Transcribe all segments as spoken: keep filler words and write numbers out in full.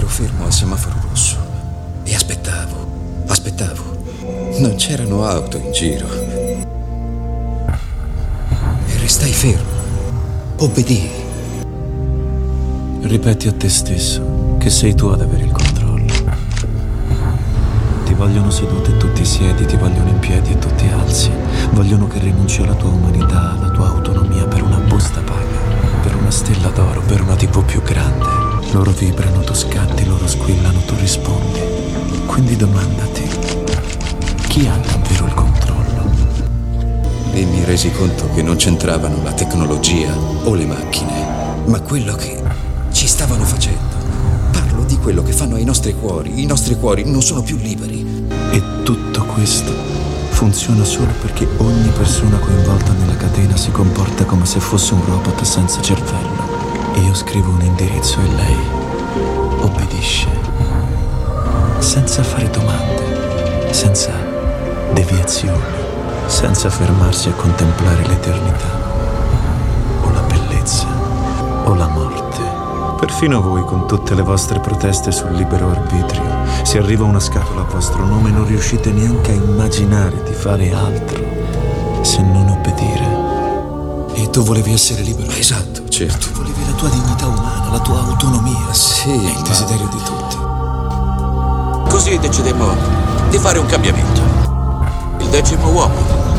ero fermo al semaforo rosso e aspettavo, aspettavo. Non c'erano auto in giro. E restai fermo. Obbedii. Ripeti a te stesso che sei tu ad avere il controllo. Ti vogliono seduto e tu ti siedi, ti vogliono in piedi e tu ti alzi. Vogliono che rinunci alla tua umanità, alla tua autonomia per una busta paga, per una stella d'oro, per una tivù più grande. Loro vibrano, tu scatti, loro squillano, tu rispondi. Quindi domandati, chi ha davvero il controllo? E mi resi conto che non c'entravano la tecnologia o le macchine, ma quello che ci stavano facendo. Parlo di quello che fanno ai nostri cuori. I nostri cuori non sono più liberi. E tutto questo funziona solo perché ogni persona coinvolta nella catena si comporta come se fosse un robot senza cervello. E io scrivo un indirizzo e lei obbedisce, senza fare domande, senza deviazioni, senza fermarsi a contemplare l'eternità, o la bellezza, o la morte. Perfino voi, con tutte le vostre proteste sul libero arbitrio, se arriva una scatola a vostro nome non riuscite neanche a immaginare di fare altro se non obbedire. E tu volevi essere libero? Esatto, certo. Tu volevi la tua dignità umana, la tua autonomia. Sì, è il desiderio di tutti. Così decidemmo di fare un cambiamento. Il decimo uomo.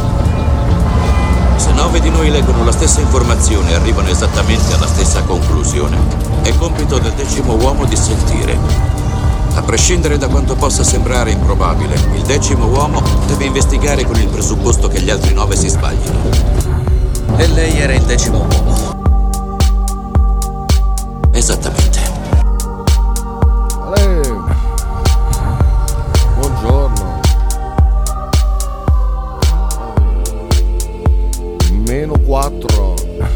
Se nove di noi leggono la stessa informazione e arrivano esattamente alla stessa conclusione, è compito del decimo uomo di sentire. A prescindere da quanto possa sembrare improbabile, il decimo uomo deve investigare con il presupposto che gli altri nove si sbaglino. E lei era il decimo uomo. Esattamente. Ale. Buongiorno. Meno quattro.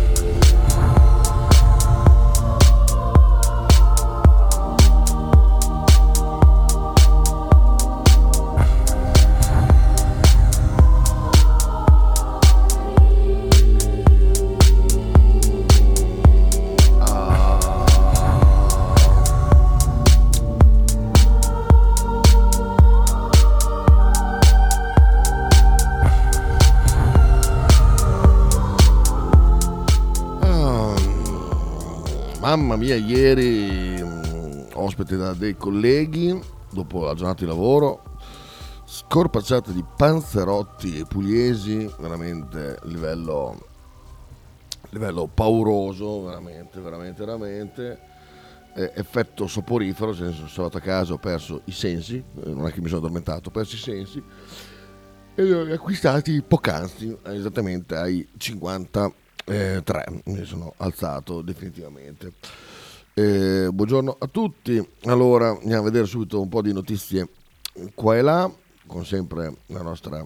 Mamma mia, ieri mh, ospite da dei colleghi, dopo la giornata di lavoro, scorpacciate di panzerotti e pugliesi, veramente livello, livello pauroso, veramente, veramente, veramente, eh, effetto soporifero, nel senso, sono andato a casa, ho perso i sensi, eh, non è che mi sono addormentato, ho perso i sensi, e li ho acquistati poc'anzi, esattamente ai cinquanta. Eh, tre, mi sono alzato definitivamente. Eh, buongiorno a tutti. Allora andiamo a vedere subito un po' di notizie qua e là, con sempre la nostra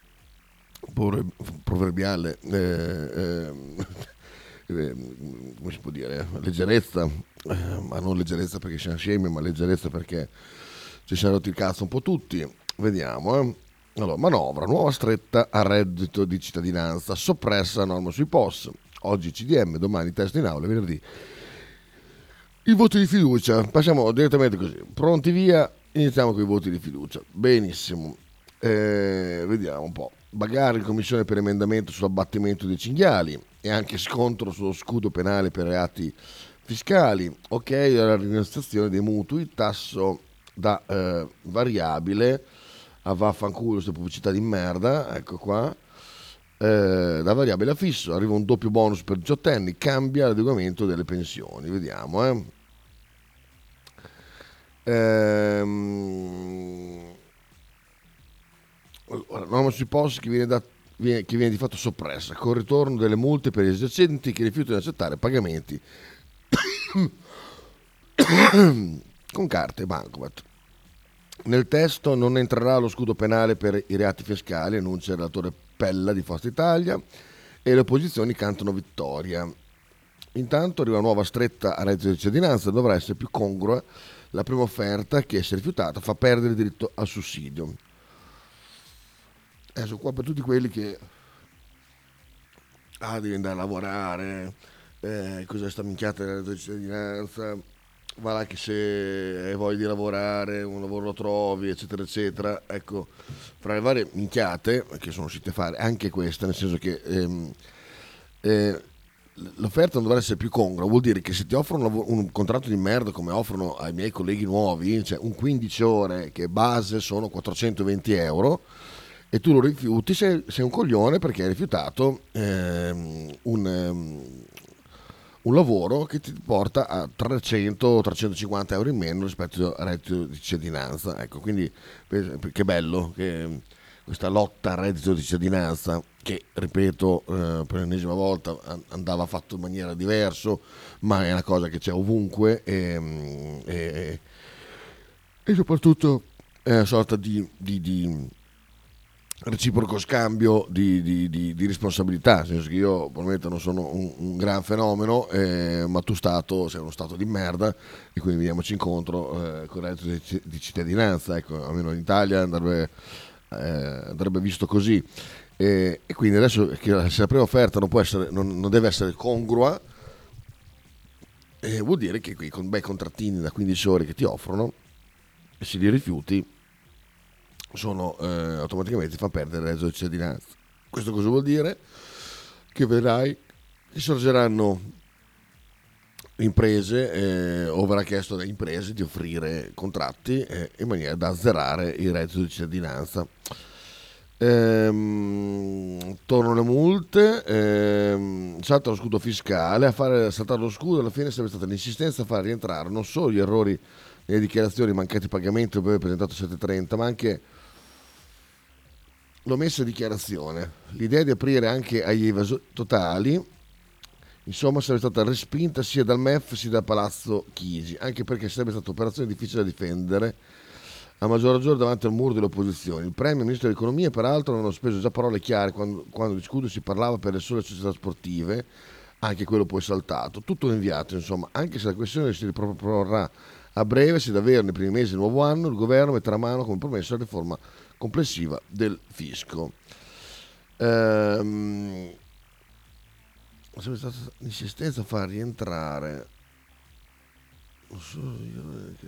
proverbiale eh, eh, eh, come si può dire, leggerezza, eh, ma non leggerezza perché siamo scemi, ma leggerezza perché ci siamo rotti il cazzo un po' tutti. Vediamo, eh. Allora, manovra, nuova stretta a reddito di cittadinanza, soppressa norma sui P O S, oggi C D M, domani testo in aula, venerdì il voto di fiducia. Passiamo direttamente così, pronti via, iniziamo con i voti di fiducia. Benissimo, eh, vediamo un po'. Bagare in commissione per emendamento sull'abbattimento dei cinghiali e anche scontro sullo scudo penale per reati fiscali, ok alla rinegoziazione dei mutui, tasso da eh, variabile a vaffanculo queste pubblicità di merda, ecco qua, eh, da variabile a fisso, arriva un doppio bonus per diciottenni, cambia l'adeguamento delle pensioni, vediamo, eh. Ehm, la norma sui P O S che viene, da, viene, che viene di fatto soppressa, con il ritorno delle multe per gli esercenti che rifiutano di accettare pagamenti con carte e bancomat. Nel testo non entrerà lo scudo penale per i reati fiscali, annuncia il relatore Pella di Forza Italia, e le opposizioni cantano vittoria. Intanto arriva una nuova stretta a reddito di cittadinanza, dovrà essere più congrua la prima offerta, che se rifiutata fa perdere il diritto al sussidio. Adesso qua per tutti quelli che ah devi andare a lavorare, eh, cos'è sta minchiata del reddito di cittadinanza, va là che se hai voglia di lavorare, un lavoro lo trovi, eccetera, eccetera. Ecco, fra le varie minchiate che sono uscite a fare, anche questa, nel senso che ehm, eh, l'offerta non dovrà essere più congrua, vuol dire che se ti offrono un, lavoro- un contratto di merda come offrono ai miei colleghi nuovi, cioè un quindici ore che base sono quattrocentoventi euro, e tu lo rifiuti, sei, sei un coglione perché hai rifiutato ehm, un, ehm, un lavoro che ti porta a trecento trecentocinquanta euro in meno rispetto al reddito di cittadinanza. Ecco, quindi eh, che bello che questa lotta al reddito di cittadinanza, che ripeto eh, per l'ennesima volta an- andava fatto in maniera diversa, ma è una cosa che c'è ovunque, e, e, e soprattutto è una sorta di, di, di reciproco scambio di, di, di, di responsabilità, nel senso che io probabilmente non sono un, un gran fenomeno, eh, ma tu Stato sei uno Stato di merda, e quindi veniamoci incontro eh, con il reddito di, di cittadinanza. Ecco, almeno in Italia andrebbe, eh, andrebbe visto così, e, e quindi adesso che se la prima offerta non, può essere, non, non deve essere congrua, eh, vuol dire che quei con bei contrattini da quindici ore che ti offrono, se li rifiuti, sono eh, automaticamente ti fa perdere il reddito di cittadinanza. Questo cosa vuol dire? Che vedrai che sorgeranno imprese, eh, o verrà chiesto da imprese di offrire contratti eh, in maniera da azzerare il reddito di cittadinanza. Ehm, tornano le multe, ehm, salta lo scudo fiscale. A fare saltare lo scudo alla fine sarebbe stata l'insistenza a far rientrare non solo gli errori nelle dichiarazioni, mancati pagamenti dove presentato settecentotrenta, ma anche l'omessa dichiarazione. L'idea di aprire anche agli evasori totali, insomma, sarebbe stata respinta sia dal M E F sia dal Palazzo Chigi, anche perché sarebbe stata un'operazione difficile da difendere, a maggior ragione davanti al muro delle opposizioni. Il Premier e il Ministro dell'Economia, peraltro, avevano speso già parole chiare quando, quando di scudo si parlava per le sole società sportive, anche quello poi saltato. Tutto inviato, insomma, anche se la questione si riproporrà a breve, se davvero nei primi mesi del nuovo anno il governo metterà mano, come promesso, alla riforma complessiva del fisco. Ehm, sarebbe stata l'insistenza a far rientrare non so io che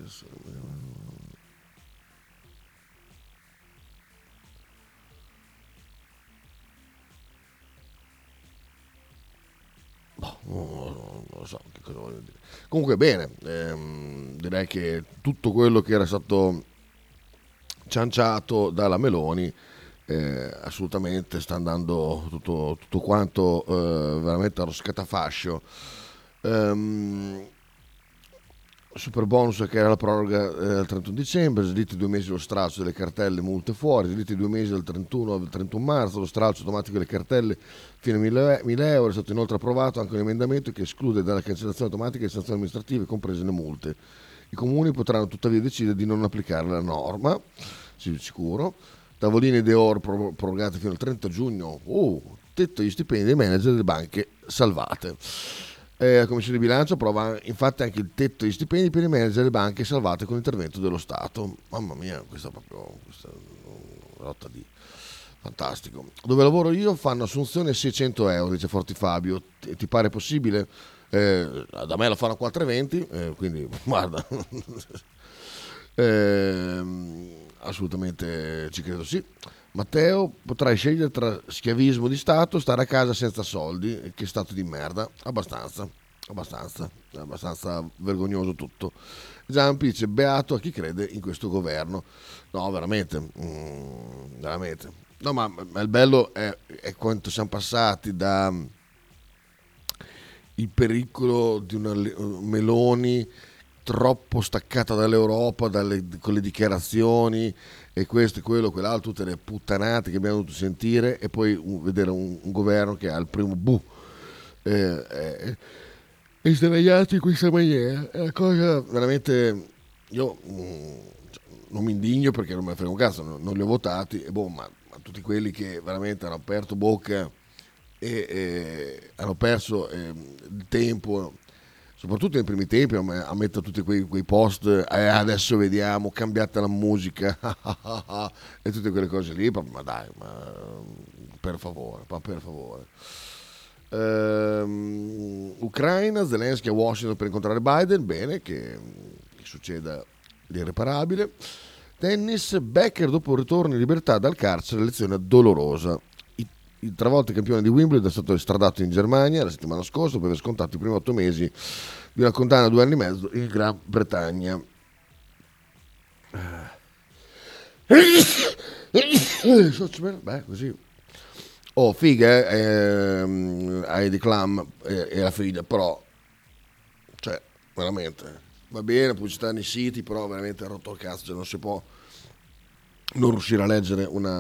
boh, non, non lo so che cosa voglio dire. Comunque bene, ehm, direi che tutto quello che era stato cianciato dalla Meloni eh, assolutamente sta andando tutto, tutto quanto eh, veramente allo scatafascio. Ehm, super bonus che era la proroga eh, al trentuno dicembre, slitti due mesi lo stralcio delle cartelle, multe fuori, slitti due mesi dal trentuno al trentuno marzo, lo stralcio automatico delle cartelle fino a mille euro. È stato inoltre approvato anche un emendamento che esclude dalla cancellazione automatica le sanzioni amministrative, comprese le multe. I comuni potranno tuttavia decidere di non applicare la norma, sì, sicuro. Tavolini de oro pro- prorogate fino al trenta giugno. Oh, tetto agli stipendi dei manager delle banche salvate. Eh, la Commissione di Bilancio approva infatti anche il tetto agli stipendi per i manager delle banche salvate con l'intervento dello Stato. Mamma mia, questa è proprio questa è una lotta di fantastico. Dove lavoro io fanno assunzione a seicento euro, dice Forti Fabio. Ti, ti pare possibile? Eh, da me la fanno a quattro e venti, eh, quindi guarda, eh, assolutamente ci credo, sì. Matteo, potrai scegliere tra schiavismo di Stato, stare a casa senza soldi, che stato di merda, abbastanza, abbastanza, abbastanza vergognoso tutto. Giampi dice, beato a chi crede in questo governo. No, veramente, mm, veramente. No, ma, ma il bello è, è quanto siamo passati da il pericolo di una Meloni troppo staccata dall'Europa, dalle, con le dichiarazioni e questo e quello, quell'altro, tutte le puttanate che abbiamo dovuto sentire, e poi un, vedere un, un governo che ha il primo bu eh, eh, e sdraiato in questa maniera. È una cosa veramente, io mh, non mi indigno perché non me ne frega un cazzo, non, non li ho votati, e boh, ma, ma tutti quelli che veramente hanno aperto bocca e, e hanno perso eh, il tempo, soprattutto nei primi tempi, a mettere tutti quei, quei post, eh, adesso vediamo, cambiate la musica e tutte quelle cose lì, ma dai, ma per favore, ma per favore. Ehm, Ucraina, Zelensky a Washington per incontrare Biden, bene, che, che succeda l'irreparabile. Tennis, Becker dopo il ritorno in libertà dal carcere, lezione dolorosa. I, il travolto campione di Wimbledon è stato estradato in Germania la settimana scorsa dopo aver scontato i primi otto mesi di una condanna a due anni e mezzo in Gran Bretagna. Beh, così. Oh, figa, eh, ehm, Heidi Klum e, e la figlia, però, cioè, veramente, va bene, pubblicità nei siti, però veramente ha rotto il cazzo, cioè non si può non riuscire a leggere una...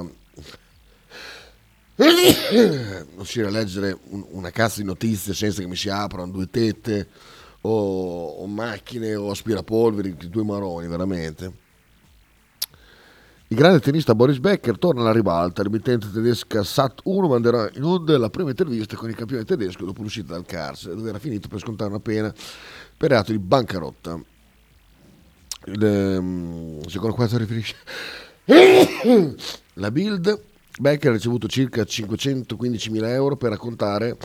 non riuscire a leggere un, una cazzo di notizie senza che mi si aprano due tette o, o macchine o aspirapolveri, due maroni, veramente. Il grande tennista Boris Becker torna alla ribalta. L'emittente tedesca Sat uno manderà in onda la prima intervista con il campione tedesco dopo l'uscita dal carcere, dove era finito per scontare una pena per reato di bancarotta. Il, um, secondo quanto riferisce la Bild, Becker ha ricevuto circa cinquecentoquindicimila euro per raccontare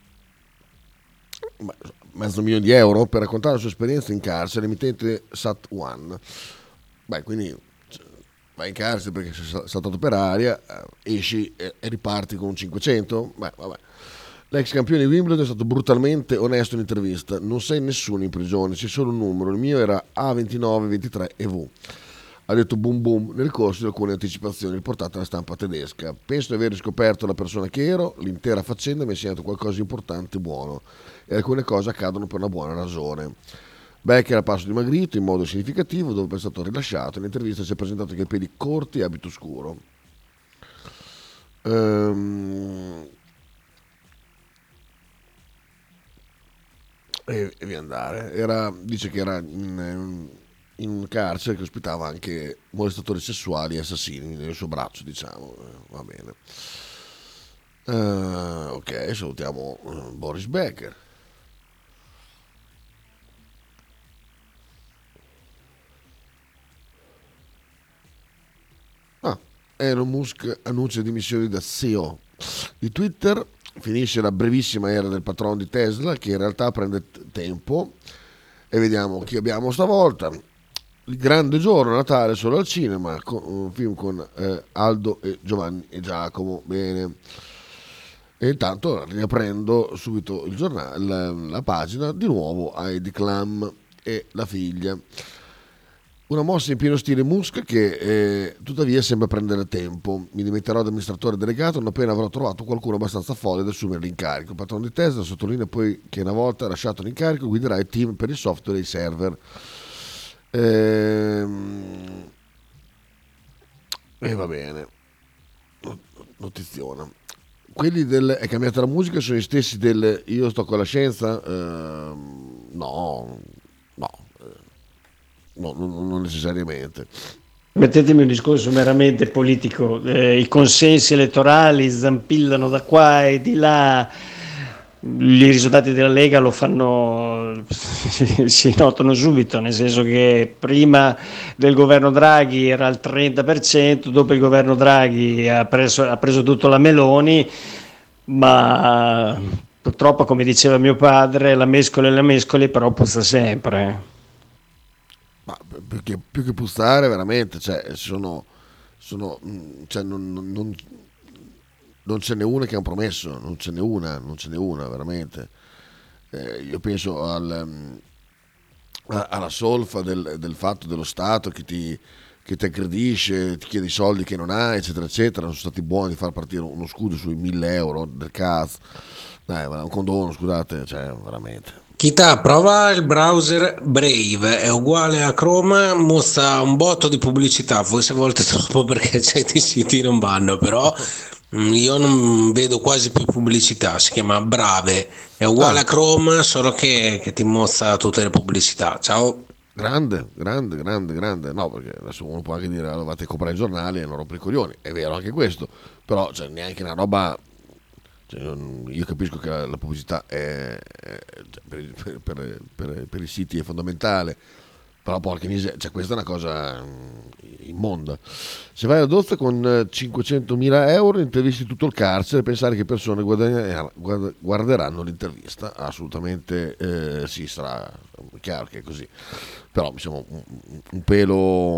mezzo milione di euro per raccontare la sua esperienza in carcere. L'emittente Sat uno. Beh, quindi vai in carcere perché sei saltato per aria, esci e riparti con un cinquecento. Beh, vabbè. L'ex campione di Wimbledon è stato brutalmente onesto in intervista: non sei nessuno in prigione, c'è solo un numero, il mio era A ventinove ventitré E V. Ha detto boom boom nel corso di alcune anticipazioni riportate alla stampa tedesca. Penso di aver riscoperto la persona che ero, l'intera faccenda mi ha insegnato qualcosa di importante e buono, e alcune cose accadono per una buona ragione. Becker ha passo dimagrito in modo significativo dopo è stato rilasciato. In intervista si è presentato con i piedi corti e abito scuro. Ehm... E, e via andare. Era, dice che era in, in un carcere che ospitava anche molestatori sessuali e assassini nel suo braccio, diciamo. Va bene. Uh, ok, salutiamo Boris Becker. Ah, Elon Musk annuncia dimissioni da C E O di Twitter. Finisce la brevissima era del patron di Tesla, che in realtà prende t- tempo. E vediamo chi abbiamo stavolta. Il grande giorno, Natale solo al cinema, con, un film con eh, Aldo e Giovanni e Giacomo. Bene. E intanto riaprendo subito il giornale, la, la pagina, di nuovo Heidi Klum e la figlia. Una mossa in pieno stile Musk che eh, tuttavia sembra prendere tempo. Mi dimetterò da amministratore delegato non appena avrò trovato qualcuno abbastanza folle da assumere l'incarico. Il patrono di Tesla sottolinea poi che una volta lasciato l'incarico guiderà il team per il software e i server. Ehm... E va bene. Notiziona. Quelli del è cambiata la musica sono gli stessi del io sto con la scienza? Ehm... No, no. No, non, non necessariamente. Mettetemi un discorso meramente politico, eh, i consensi elettorali zampillano da qua e di là, i risultati della Lega lo fanno, si notano subito, nel senso che prima del governo Draghi era al trenta per cento, dopo il governo Draghi ha preso, ha preso tutto la Meloni, ma purtroppo, come diceva mio padre, la mescola e la mescoli però puzza sempre. Ma perché più che puzzare veramente, cioè sono, sono cioè non, non, non ce n'è una che ha un promesso, non ce n'è una, non ce n'è una veramente. Eh, io penso al, alla solfa del, del fatto dello Stato che ti, che ti aggredisce, ti chiede i soldi che non hai, eccetera, eccetera. Sono stati buoni di far partire uno scudo sui mille euro del cazzo, dai, un condono, scusate, cioè veramente. Chita, prova il browser Brave, è uguale a Chrome, mostra un botto di pubblicità, forse a volte troppo perché certi siti non vanno, però io non vedo quasi più pubblicità, si chiama Brave, è uguale ah. a Chrome, solo che, che ti mostra tutte le pubblicità. Ciao. Grande, grande, grande, grande. No, perché adesso uno può anche dire allora vate a comprare i giornali e non rompere i coglioni, è vero anche questo, però cioè, neanche una roba... Io capisco che la, la pubblicità è, è, per, per, per, per, per i siti è fondamentale, Però porca miseria, cioè questa è una cosa immonda. Se vai a Dozza con cinquecentomila euro intervisti tutto il carcere, pensare che persone guadagna- guarda- guarderanno l'intervista, assolutamente eh, sì, sarà chiaro che è così. Però mi sembra un, un pelo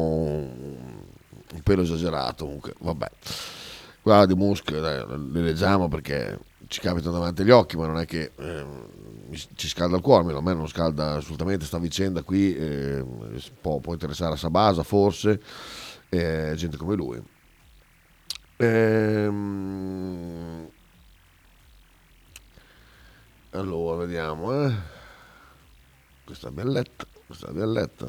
un pelo esagerato comunque, vabbè. Qua di Musk dai, le leggiamo perché ci capitano davanti agli occhi, ma non è che eh, ci scalda il cuore, a me non scalda assolutamente sta vicenda qui, eh, può, può interessare a Sabasa forse, eh, gente come lui. Ehm, allora vediamo, eh. Questa abbiamo letta, questa abbiamo letta.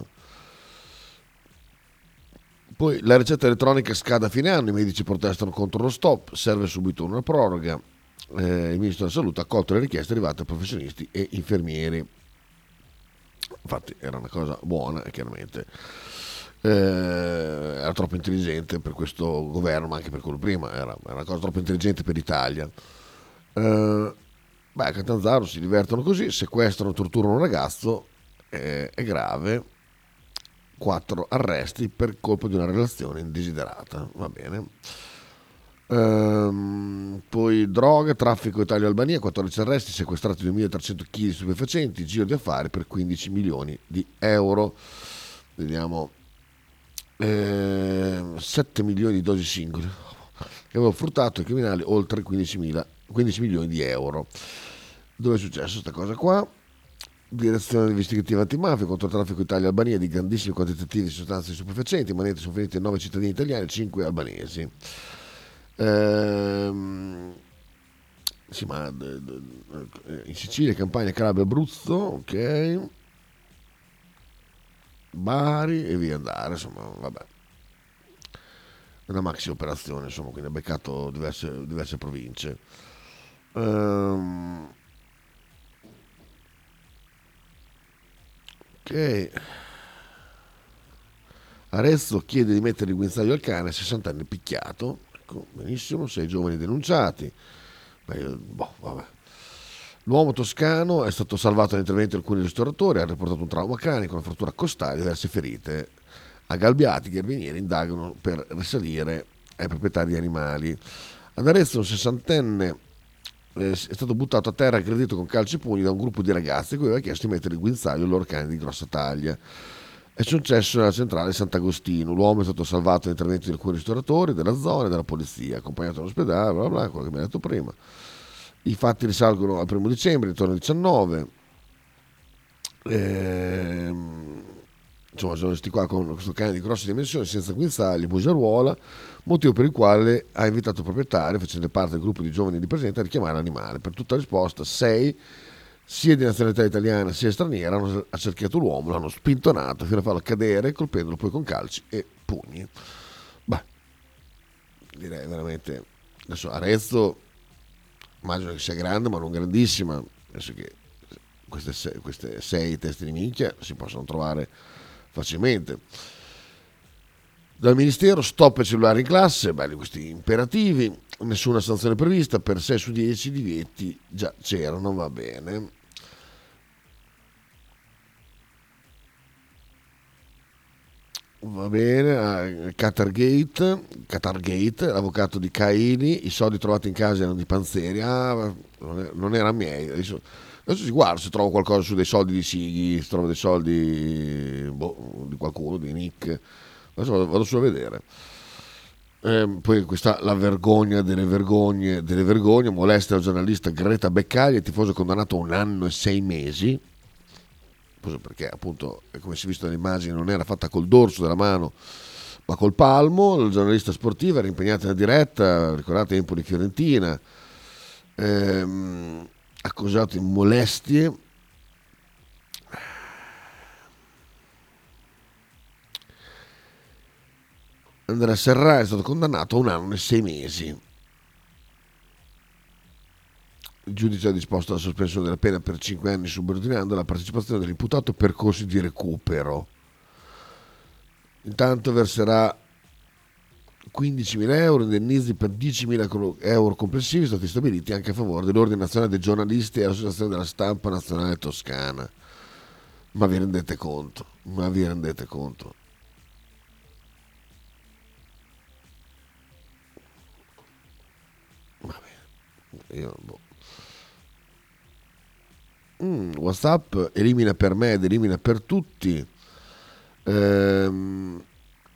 Poi la ricetta elettronica scade a fine anno, i medici protestano contro lo stop, serve subito una proroga. Eh, il ministro della salute ha accolto le richieste arrivate da professionisti e infermieri. Infatti era una cosa buona e chiaramente eh, era troppo intelligente per questo governo, ma anche per quello prima, era, era una cosa troppo intelligente per l'Italia. Eh, beh, a Catanzaro si divertono così, sequestrano e torturano un ragazzo, eh, è grave. Quattro arresti per colpa di una relazione indesiderata, va bene. Ehm, poi droga, traffico Italia-Albania, quattordici arresti, sequestrati duemilatrecento chili di stupefacenti, giro di affari per quindici milioni di euro. Vediamo, ehm, sette milioni di dosi singole che avevano furtato ai criminali oltre quindici milioni di euro. Dove è successo questa cosa qua? Direzione investigativa antimafia contro il traffico Italia-Albania di grandissimi quantitativi di sostanze stupefacenti. In manette sono finiti nove cittadini italiani e cinque albanesi. Ehm, sì, ma in Sicilia, Campania, Calabria, Abruzzo, ok, Bari e via andare, insomma, vabbè. Una maxi operazione, insomma, quindi ha beccato diverse, diverse province. Ehm, ok. Arezzo chiede di mettere il guinzaglio al cane, sessanta anni picchiato. Ecco, benissimo, sei giovani denunciati. Beh, boh, vabbè. L'uomo toscano è stato salvato dall'intervento di alcuni ristoratori, ha riportato un trauma cranico, una frattura costale e diverse ferite. A Galbiati, i carabinieri indagano per risalire ai proprietari di animali. Ad Arezzo un sessantenne è stato buttato a terra e aggredito con calci e pugni da un gruppo di ragazzi cui aveva chiesto di mettere il guinzaglio al loro cane di grossa taglia. È successo nella centrale Sant'Agostino. L'uomo è stato salvato dall'intervento di alcuni ristoratori della zona e della polizia, accompagnato all'ospedale, bla bla, quello che mi ha detto prima. I fatti risalgono al primo dicembre, intorno al diciannove. Ehm, insomma, sono questi qua con questo cane di grosse dimensioni, senza guinzagli, bugiaruola, motivo per il quale ha invitato il proprietario, facendo parte del gruppo di giovani di presente, a richiamare l'animale. Per tutta risposta, sei, sia di nazionalità italiana sia straniera, hanno accerchiato l'uomo, l'hanno spintonato fino a farlo cadere, colpendolo poi con calci e pugni. Beh, direi veramente, adesso Arezzo immagino che sia grande ma non grandissima, penso che queste sei, queste sei teste di minchia si possono trovare facilmente. Dal Ministero, stop ai cellulari in classe, belli questi imperativi, nessuna sanzione prevista, per sei su dieci divieti già c'erano, va bene. Va bene, Qatargate, Qatargate, l'avvocato di Caini, i soldi trovati in casa erano di Panzeri, ah, non erano miei, adesso, adesso si guarda se trovo qualcosa su dei soldi di Sighi, se trovo dei soldi boh, di qualcuno, di Nick, adesso vado, vado su a vedere. Eh, poi questa la vergogna delle vergogne, delle vergogne, molesta al giornalista Greta Beccaglia, tifoso condannato a un anno e sei mesi, perché appunto, come si è visto nell'immagine, non era fatta col dorso della mano ma col palmo. Il giornalista sportivo era impegnato nella diretta, ricordate Empoli Fiorentina, ehm, accusato di molestie. Andrea Serra è stato condannato a un anno e sei mesi. Il giudice ha disposto la sospensione della pena per cinque anni, subordinando la partecipazione dell'imputato a percorsi di recupero. Intanto verserà quindicimila euro, indennizi per diecimila euro complessivi, stati stabiliti anche a favore dell'Ordine Nazionale dei Giornalisti e dell'Associazione della Stampa Nazionale Toscana. Ma vi rendete conto? Ma vi rendete conto? Vabbè, io boh. Mm, WhatsApp elimina per me ed elimina per tutti ehm,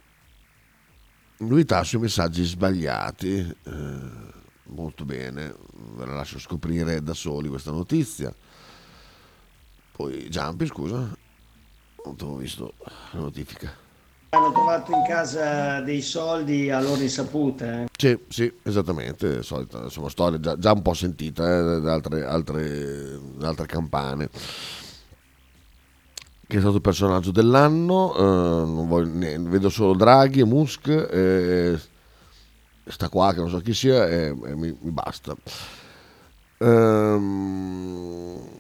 novità sui messaggi sbagliati. Eh, molto bene, ve la lascio scoprire da soli questa notizia. Poi Giampi, scusa, non ti ho visto la notifica. Hanno trovato in casa dei soldi a loro insaputa. eh. Sì, sì, esattamente, solita, insomma, storia già, già un po' sentita eh, da altre, altre, da altre campane. Che è stato il personaggio dell'anno, eh, non voglio, ne, vedo solo Draghi e Musk, eh, sta qua che non so chi sia e, e mi, mi basta. Ehm,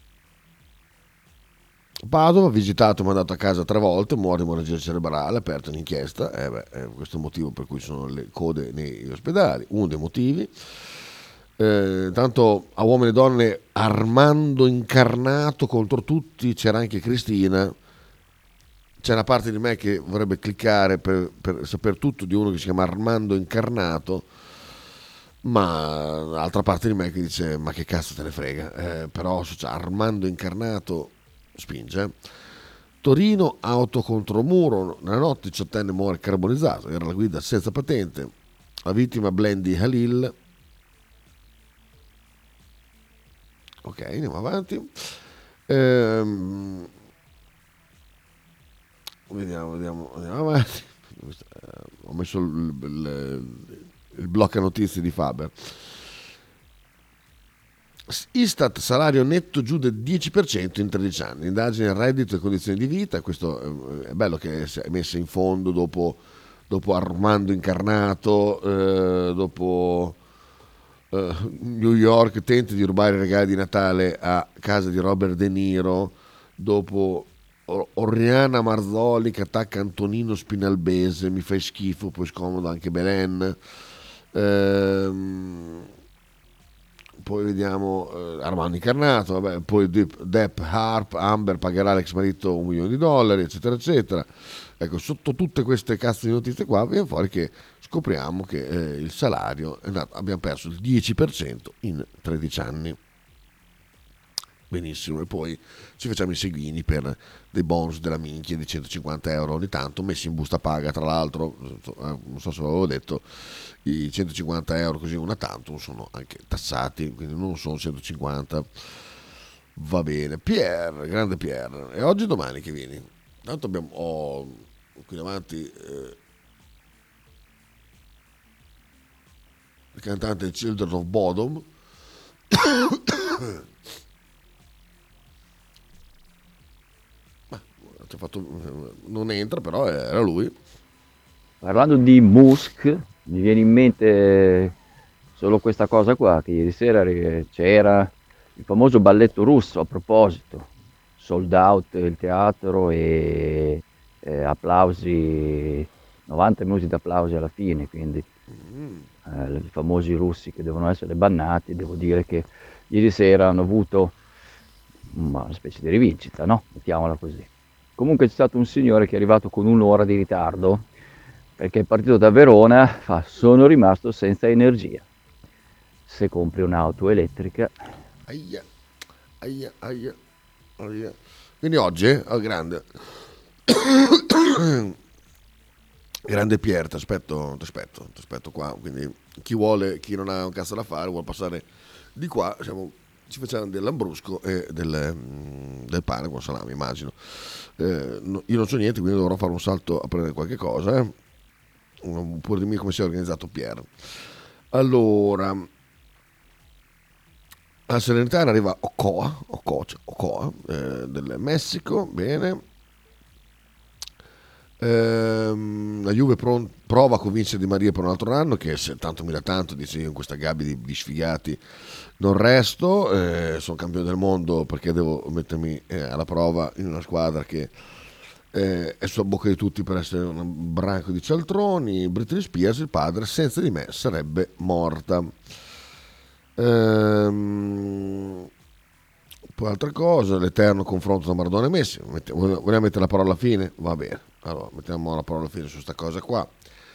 Padova, visitato, mandato a casa tre volte, muore di emorragia cerebrale, aperta un'inchiesta, eh beh, è questo è il motivo per cui sono le code negli ospedali, uno dei motivi. Eh, tanto a uomini e donne Armando incarnato contro tutti, c'era anche Cristina, c'è una parte di me che vorrebbe cliccare per, per sapere tutto di uno che si chiama Armando incarnato, ma l'altra parte di me che dice ma che cazzo te ne frega, eh, però cioè, Armando incarnato spinge. Torino, auto contro muro, nella notte diciottenne muore carbonizzato, era la guida senza patente, la vittima Blendi Halil. Ok, andiamo avanti. Ehm, vediamo, vediamo, andiamo avanti. Ho messo il, il, il blocco notizie di Faber. Istat, salario netto giù del dieci per cento in tredici anni, indagine reddito e condizioni di vita. Questo è bello che è messa in fondo dopo, dopo Armando incarnato, eh, dopo eh, New York tenta di rubare i regali di Natale a casa di Robert De Niro, dopo Or- Oriana Marzoli che attacca Antonino Spinalbese, mi fai schifo, poi scomodo anche Belen. ehm Poi vediamo eh, Armando incarnato, vabbè, poi Depp, Depp, Harp, Amber pagherà l'ex marito un milione di dollari, eccetera, eccetera. Ecco, sotto tutte queste cazzo di notizie qua viene fuori che scopriamo che eh, il salario è andato, abbiamo perso il dieci per cento in tredici anni. Benissimo, e poi ci facciamo i seguini per dei bonus della minchia di centocinquanta euro ogni tanto, messi in busta paga, tra l'altro, non so se l'avevo detto, i centocinquanta euro così una tantum sono anche tassati, quindi non sono centocinquanta. Va bene, Pier, grande Pier, e oggi e domani che vieni? Tanto abbiamo, oh, qui davanti eh, il cantante Children of Bodom. Fatto, non entra, però era lui. Parlando di Musk, mi viene in mente solo questa cosa qua, che ieri sera c'era il famoso balletto russo, a proposito, sold out il teatro e eh, applausi, novanta minuti di applausi alla fine, quindi eh, i famosi russi che devono essere bannati. Devo dire che ieri sera hanno avuto una specie di rivincita, no? Mettiamola così. Comunque c'è stato un signore che è arrivato con un'ora di ritardo perché è partito da Verona, fa sono rimasto senza energia. Se compri un'auto elettrica... Aia, aia, aia, aia. Quindi oggi, al grande, grande Pier, ti aspetto, ti aspetto, ti aspetto qua. Quindi chi vuole, chi non ha un cazzo da fare, vuole passare di qua, siamo... ci facciamo del lambrusco e del, del pane con salame, immagino. Eh, no, io non so niente, quindi dovrò fare un salto a prendere qualche cosa. Eh. Pure dimmi come si è organizzato Pier. Allora, a Salernitana arriva Ochoa, Ochoa, Ochoa eh, del Messico, bene. Ehm, la Juve pro- prova a convincere Di Maria per un altro anno, che se tanto mi da tanto, dice io in questa gabbia di, di sfigati non resto, eh, sono campione del mondo perché devo mettermi eh, alla prova in una squadra che eh, è sulla bocca di tutti per essere un branco di cialtroni. Britney Spears, il padre, senza di me sarebbe morta. Ehm, Poi altra cosa, l'eterno confronto tra Maradona e Messi. Mettiamo, vogliamo mettere la parola alla fine? Va bene, allora mettiamo la parola alla fine su sta cosa qua.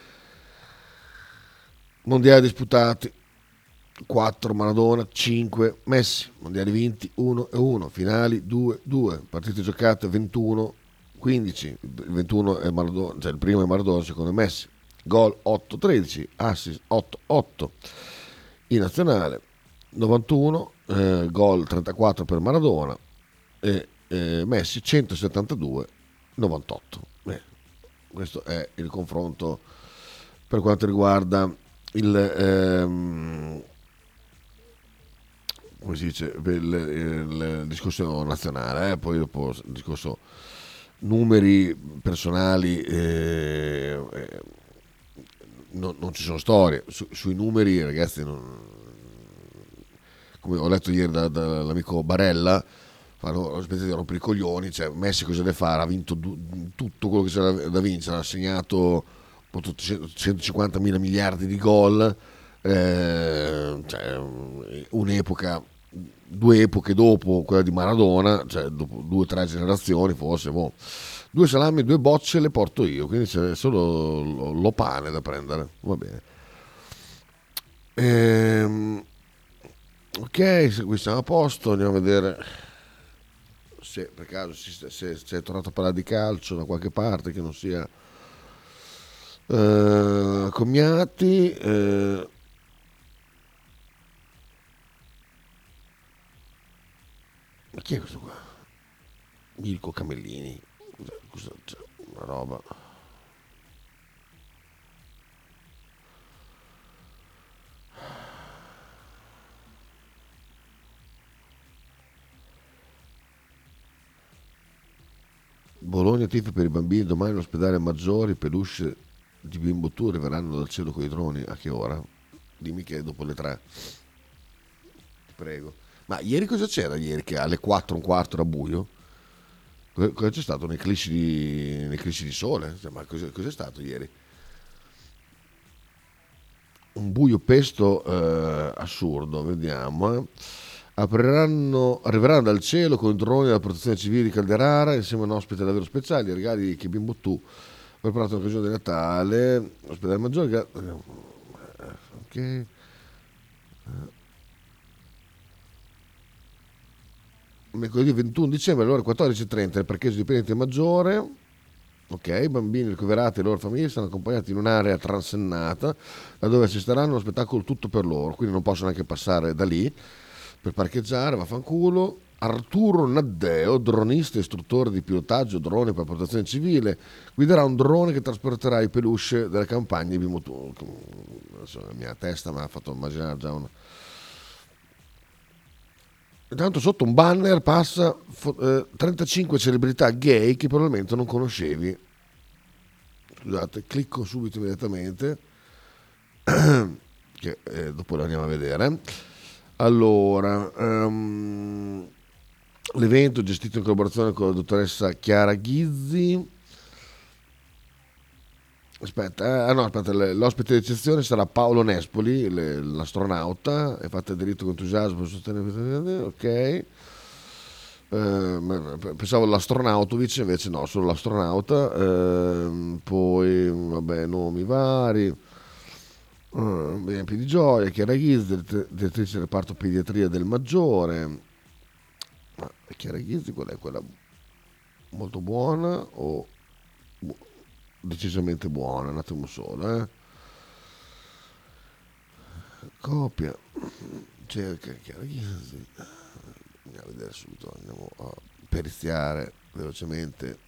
Mondiali disputati quattro Maradona, cinque Messi, mondiali vinti uno e uno, finali due due, partite giocate ventuno quindici, il ventuno è Maradona, cioè il primo è Maradona, il secondo è Messi, gol otto tredici, assist otto otto, in nazionale novantuno, eh, gol trentaquattro per Maradona e eh, Messi centosettantadue novantotto. Beh, questo è il confronto per quanto riguarda il ehm, come si dice il, il, il discorso nazionale, eh? Poi dopo il discorso numeri personali, eh, eh, non, non ci sono storie su, sui numeri, ragazzi. Non, come ho letto ieri da, dall'amico Barella, fanno una specie di rompere i coglioni, cioè Messi cosa deve fare? Ha vinto du- tutto quello che c'era da vincere, ha segnato centocinquanta mila miliardi di gol, eh, cioè, un'epoca, due epoche dopo quella di Maradona, cioè dopo due o tre generazioni forse, boh. Due salami, due bocce le porto io, quindi c'è solo lo, lo pane da prendere, va bene. Ehm, ok, se qui siamo a posto, andiamo a vedere se per caso si, se, se è tornato a parlare di calcio da qualche parte che non sia Uh, Comiati, uh, ma chi è questo qua? Mirko Camellini, cosa, cosa, cioè, una roba. Bologna tifa per i bambini, domani all'ospedale Maggiori, peluche di Bimbo Tu arriveranno dal cielo con i droni. A che ora? Dimmi che è dopo le tre, ti prego. Ma ieri cosa c'era ieri che alle quattro un quarto era buio? Cosa c'è stato? Un'eclissi di, un'eclissi di sole? Ma cos'è, cos'è stato ieri? Un buio pesto eh, assurdo, vediamo. Eh. Apriranno, arriveranno dal cielo con i droni della protezione civile di Calderara insieme a un ospite davvero speciale, i regali che Bimbo Tu preparato l'occasione di Natale, ospedale Maggiore, ok. Mercoledì ventuno dicembre alle ore quattordici e trenta nel parcheggio di Penente Maggiore. Ok, i bambini ricoverati e le loro famiglie saranno accompagnati in un'area transennata da dove assisteranno uno spettacolo tutto per loro, quindi non possono neanche passare da lì per parcheggiare, vaffanculo. Arturo Naddeo, dronista e istruttore di pilotaggio drone per protezione civile, guiderà un drone che trasporterà i peluche delle campagne di Bimbo. La mia testa mi ha fatto immaginare già una. Intanto sotto un banner passa eh, trentacinque celebrità gay che probabilmente non conoscevi. Scusate, clicco subito immediatamente che eh, dopo lo andiamo a vedere. Allora, um, l'evento gestito in collaborazione con la dottoressa Chiara Ghizzi. Aspetta, eh, ah no, aspetta, l'ospite di eccezione sarà Paolo Nespoli, le, l'astronauta, è fatta diritto con entusiasmo per sostenere, ok. Eh, pensavo all'astronautovic, invece no, solo l'astronauta. Eh, poi, vabbè, nomi vari. Uh, Riempi di gioia, Chiara Ghizzi, direttrice del reparto pediatria del Maggiore. Ma Chiara Ghizzi qual è? Quella molto buona o bu- decisamente buona? Un attimo solo, eh. Copia, cerca Chiara Ghizzi. Andiamo a vedere subito, andiamo a periziare velocemente.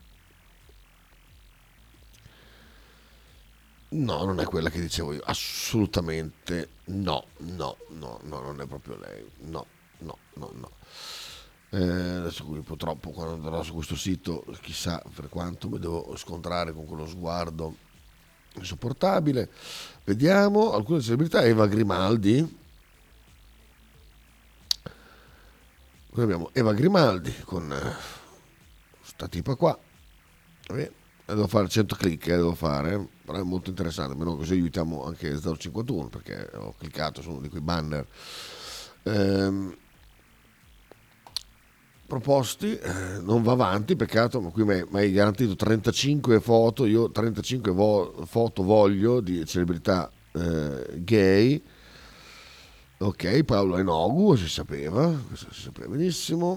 No, non è quella che dicevo io, assolutamente no, no, no, no, non è proprio lei, no, no, no, no. Eh, adesso purtroppo quando andrò su questo sito, chissà per quanto mi devo scontrare con quello sguardo insopportabile. Vediamo, alcune celebrità, Eva Grimaldi. Qui abbiamo Eva Grimaldi con eh, sta tipa qua. Vabbè. Devo fare cento clic, eh, devo fare, però è molto interessante, almeno così aiutiamo anche zero cinquantuno perché ho cliccato su uno di quei banner. Ehm, proposti, eh, non va avanti, peccato, ma qui mi hai garantito trentacinque foto, io trentacinque vo- foto voglio di celebrità eh, gay. Ok, Paolo Enogu, si sapeva, questo si sapeva benissimo.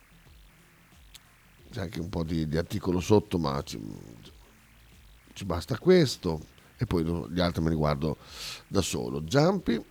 C'è anche un po' di, di articolo sotto, ma ci, ci basta questo. E poi gli altri me li guardo da solo. Giampi.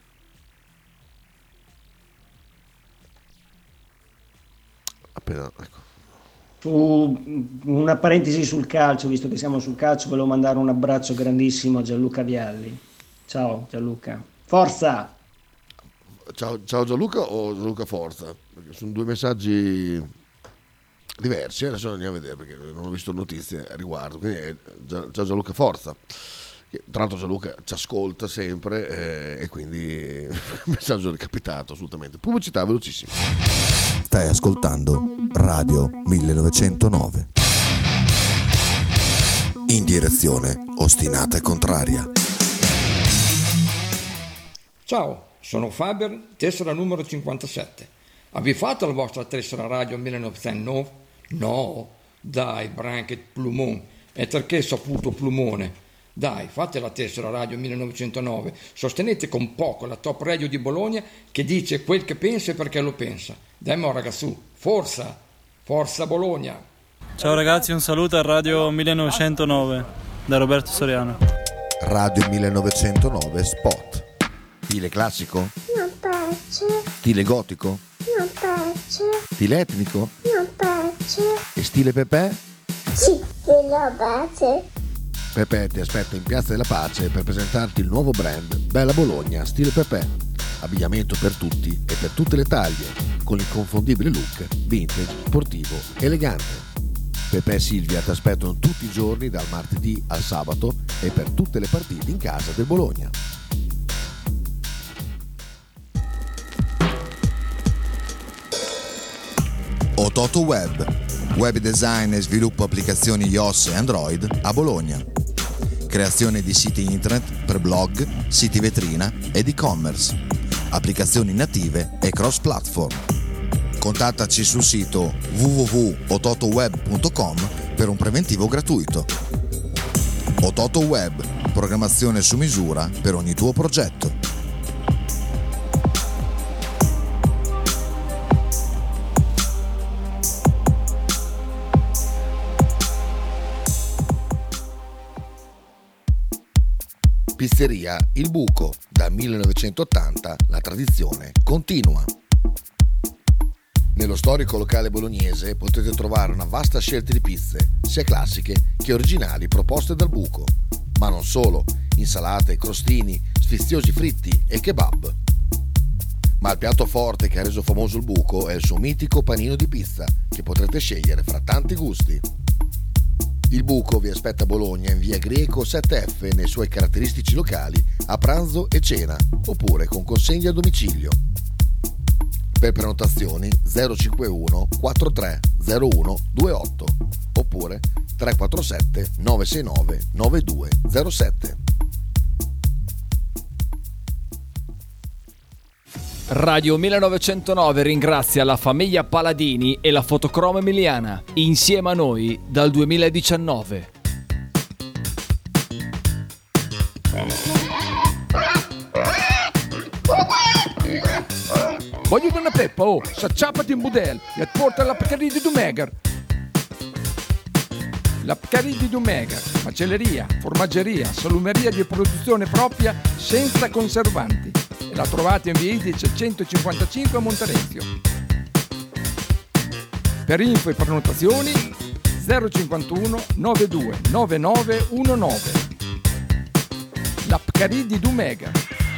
Appena, ecco. Su una parentesi sul calcio, visto che siamo sul calcio, volevo mandare un abbraccio grandissimo a Gianluca Vialli. Ciao Gianluca, forza! Ciao, ciao Gianluca o Gianluca Forza? Perché sono due messaggi diversi, adesso andiamo a vedere perché non ho visto notizie a riguardo. Quindi è ciao Gianluca Forza. Tra l'altro Gianluca ci ascolta sempre eh, e quindi messaggio recapitato assolutamente. Pubblicità velocissima. Stai ascoltando Radio millenovecentonove. In direzione ostinata e contraria. Ciao, sono Faber, tessera numero cinquantasette. Avete fatto la vostra tessera Radio millenovecentonove? No, dai, Branket Plumon. E perché saputo Plumone? Dai, fate la tessera Radio millenovecentonove, sostenete con poco la top radio di Bologna che dice quel che pensa e perché lo pensa. Dai mo ragazzu, forza, forza Bologna. Ciao ragazzi, un saluto a Radio millenovecentonove da Roberto Soriano. Radio millenovecentonove Spot. Stile classico? Non piace. Stile gotico? Non piace. Stile etnico? Non piace. E stile Pepe? Sì, lo piace. Pepe ti aspetta in Piazza della Pace per presentarti il nuovo brand Bella Bologna Stile Pepe. Abbigliamento per tutti e per tutte le taglie, con l'inconfondibile look vintage, sportivo, elegante. Pepe e Silvia ti aspettano tutti i giorni dal martedì al sabato e per tutte le partite in casa del Bologna. Ototo Web, web design e sviluppo applicazioni iOS e Android a Bologna. Creazione di siti internet per blog, siti vetrina ed e-commerce, applicazioni native e cross-platform. Contattaci sul sito w w w punto ototoweb punto com per un preventivo gratuito. Ototo Web, programmazione su misura per ogni tuo progetto. Pizzeria Il Buco, dal millenovecentottanta la tradizione continua. Nello storico locale bolognese potete trovare una vasta scelta di pizze, sia classiche che originali proposte dal Buco, ma non solo, insalate, crostini, sfiziosi fritti e kebab. Ma il piatto forte che ha reso famoso il Buco è il suo mitico panino di pizza, che potrete scegliere fra tanti gusti. Il Buco vi aspetta a Bologna in via Greco sette F nei suoi caratteristici locali a pranzo e cena, oppure con consegna a domicilio. Per prenotazioni zero cinquantuno quarantatré zero uno ventotto oppure tre quattro sette nove sei nove nove due zero sette. Radio millenovecentonove ringrazia la famiglia Paladini e la Fotocromo Emiliana, insieme a noi dal duemiladiciannove. Voglio una peppa, oh, s'acciappati in budel e porta la Pcaridi di Dumegar. La Pcaridi di Dumegar, macelleria, formaggeria, salumeria di produzione propria senza conservanti. E la trovate in via Idice centocinquantacinque a Monterezio. Per info e prenotazioni zero cinquantuno novantadue novantanove diciannove. La Pcaridi di Dumegar.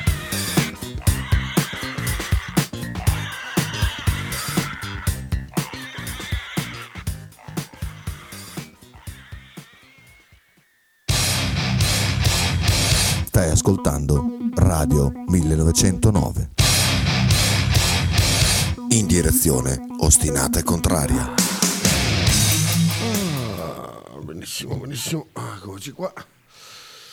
Stai ascoltando Radio millenovecentonove. In direzione ostinata e contraria. Ah, benissimo, benissimo. Eccoci qua.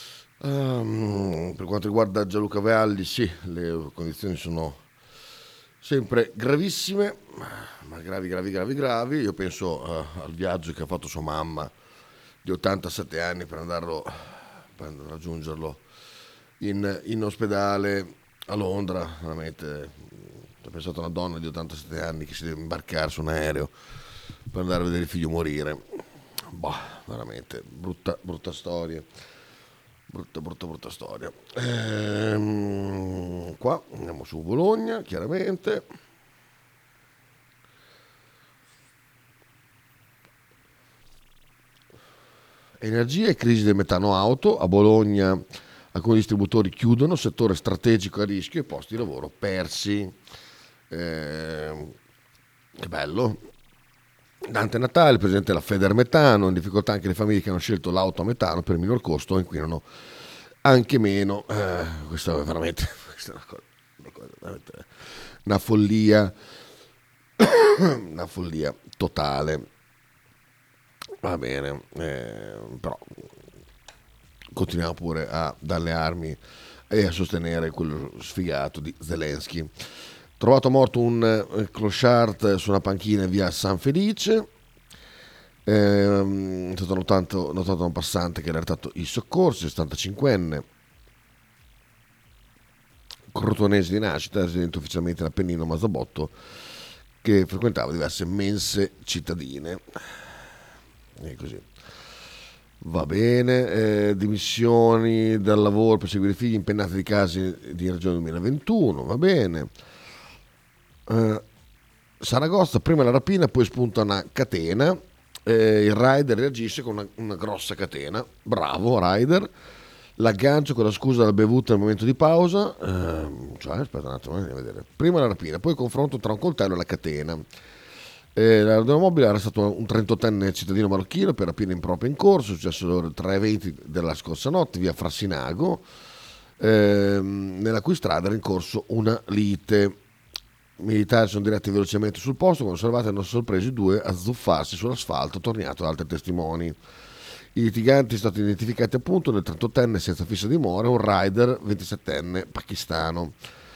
Um, per quanto riguarda Gianluca Vialli, sì, le condizioni sono sempre gravissime, ma gravi, gravi, gravi, gravi. Io penso uh, al viaggio che ha fatto sua mamma di ottantasette anni per andarlo, per andare a raggiungerlo in, in ospedale a Londra. Veramente, ho pensato a una donna di ottantasette anni che si deve imbarcare su un aereo per andare a vedere il figlio morire. Boh, veramente brutta, brutta storia. Brutta, brutta, brutta storia. Ehm, qua andiamo su Bologna, chiaramente. Energia e crisi del metano auto. A Bologna alcuni distributori chiudono, settore strategico a rischio e posti di lavoro persi. Ehm, che bello. Dante Natale, presidente della Federmetano, in difficoltà anche le famiglie che hanno scelto l'auto a metano per minor costo e inquinano anche meno. Eh, questa è veramente, questa è una cosa, una cosa veramente, una follia, una follia totale. Va bene, eh, però continuiamo pure a dare armi e a sostenere quello sfigato di Zelensky. Trovato morto un eh, clochard su una panchina in via San Felice. Ehm, è stato notato, notato da un passante che ha alertato i soccorsi, settantacinquenne, crotonese di nascita, residente ufficialmente in Appennino Mazzabotto, che frequentava diverse mense cittadine. E così. Va bene, eh, dimissioni dal lavoro per seguire i figli, impennate di casi di regione duemilaventuno, va bene. Uh, Saragozza, prima la rapina, poi spunta una catena, eh, il rider reagisce con una, una grossa catena, bravo rider, l'aggancio con la scusa della bevuta nel momento di pausa, uh, cioè aspetta un attimo, andiamo a vedere. Prima la rapina, poi il confronto tra un coltello e la catena. Eh, l'aeromobile era stato un trentottenne cittadino marocchino per rapina impropria in corso, è successo alle ore tre e venti della scorsa notte via Frassinago, eh, nella cui strada era in corso una lite. I militari sono diretti velocemente sul posto, quando osservati hanno sorpreso i due a zuffarsi sull'asfalto, tornato da altri testimoni. I litiganti sono stati identificati appunto nel trentottenne senza fissa dimora e un rider ventisettenne pakistano.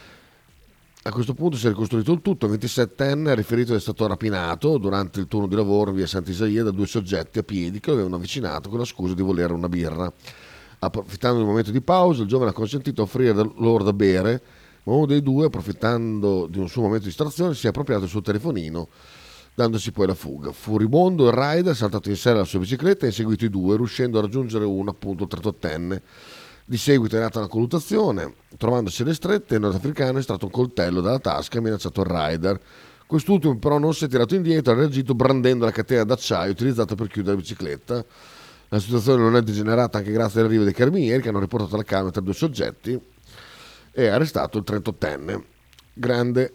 A questo punto si è ricostruito il tutto. Il ventisettenne ha riferito di essere stato rapinato durante il turno di lavoro in via Sant'Isaia da due soggetti a piedi che lo avevano avvicinato con la scusa di volere una birra. Approfittando del momento di pausa, il giovane ha consentito di offrire loro da bere, ma uno dei due, approfittando di un suo momento di distrazione, si è appropriato del suo telefonino, dandosi poi la fuga. Furibondo, il rider è saltato in serie alla sua bicicletta e ha inseguito i due, riuscendo a raggiungere uno, appunto il trentottenne. Di seguito è nata una colluttazione, trovandosi alle strette, il nordafricano è estratto un coltello dalla tasca e ha minacciato il rider. Quest'ultimo però non si è tirato indietro, ha reagito brandendo la catena d'acciaio utilizzata per chiudere la bicicletta. La situazione non è degenerata anche grazie all'arrivo dei carabinieri che hanno riportato la calma tra due soggetti e ha arrestato il trentottenne. Grande,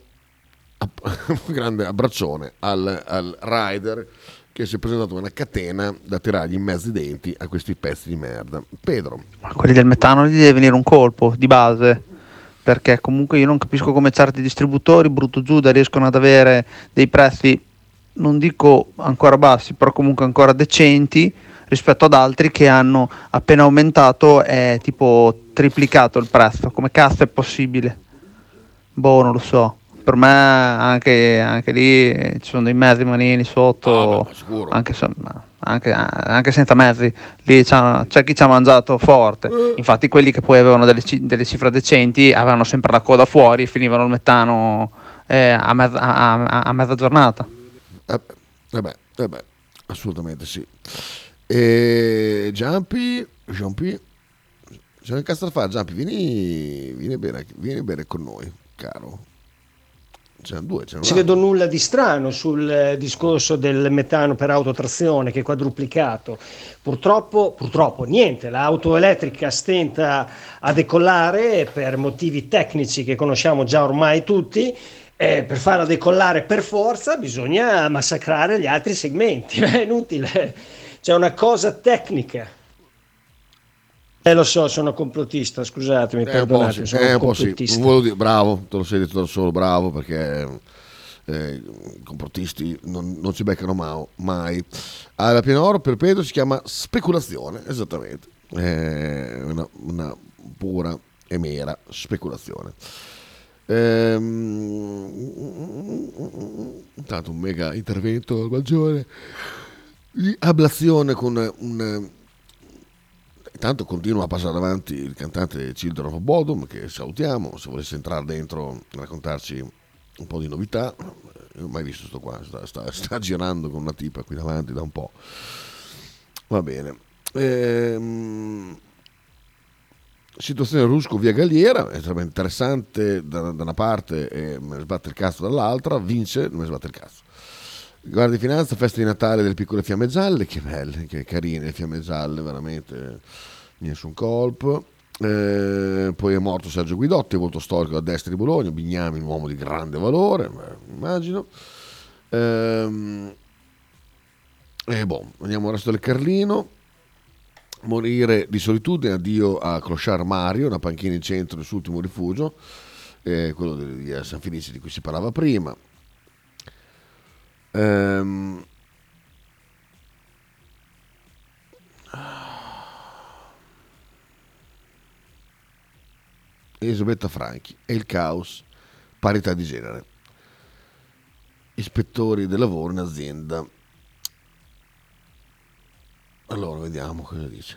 grande abbraccione al, al rider che si è presentato con una catena da tirargli in mezzo i denti a questi pezzi di merda. Pedro. Ma quelli del metano gli deve venire un colpo di base, perché comunque io non capisco come certi distributori brutto giuda riescono ad avere dei prezzi, non dico ancora bassi, però comunque ancora decenti rispetto ad altri che hanno appena aumentato e tipo triplicato il prezzo. Come cazzo è possibile? Boh, non lo so. Per me anche, anche lì ci sono dei mezzi manini sotto, ah, beh, anche, anche, anche senza mezzi, lì c'è, c'è chi ci ha mangiato forte. Infatti quelli che poi avevano delle, delle cifre decenti avevano sempre la coda fuori e finivano il metano eh, a, mezza, a, a, a mezza giornata. Eh, eh beh, eh beh, assolutamente sì. E Giampi, Giampi, c'è un cazzo da fare, Giampi, vieni, vieni, bene, vieni bene con noi, caro. C'erano due, c'erano ci vedo nulla di strano sul eh, discorso del metano per autotrazione che è quadruplicato. Purtroppo, purtroppo niente, l'auto elettrica stenta a decollare per motivi tecnici che conosciamo già ormai tutti. Eh, per farla decollare per forza bisogna massacrare gli altri segmenti, è inutile, c'è una cosa tecnica. Eh lo so, sono complottista, scusatemi, eh, perdonatemi, sì, sono eh, complottista. Sì. Volevo dire, bravo, te lo sei detto da solo, bravo, perché eh, i complottisti non, non ci beccano mai. mai. Alla Pianoro per Pedro si chiama speculazione, esattamente, è una, una pura e mera speculazione. Ehm, intanto un mega intervento al maggiore di ablazione con un... Intanto continua a passare avanti il cantante Children of Bodom, che salutiamo, se volesse entrare dentro e raccontarci un po' di novità. Non ho mai visto sto qua, sta, sta, sta girando con una tipa qui davanti da un po'. Va bene. Ehm, situazione Rusco via Galliera, è estremamente interessante da, da una parte e me ne sbatte il cazzo dall'altra, vince, non me ne sbatte il cazzo. Guardia di Finanza, festa di Natale delle piccole fiamme gialle, che belle, che carine le fiamme gialle, veramente nessun colpo. Eh, poi è morto Sergio Guidotti, volto storico a destra di Bologna, Bignami, un uomo di grande valore, immagino. Eh, e boh, andiamo al resto del Carlino. Morire di solitudine, addio a Clochard Mario, una panchina in centro del suo ultimo rifugio, eh, quello di, di San Felice di cui si parlava prima. Um, Elisabetta Franchi e il caos, parità di genere, ispettori del lavoro in azienda. Allora vediamo cosa dice.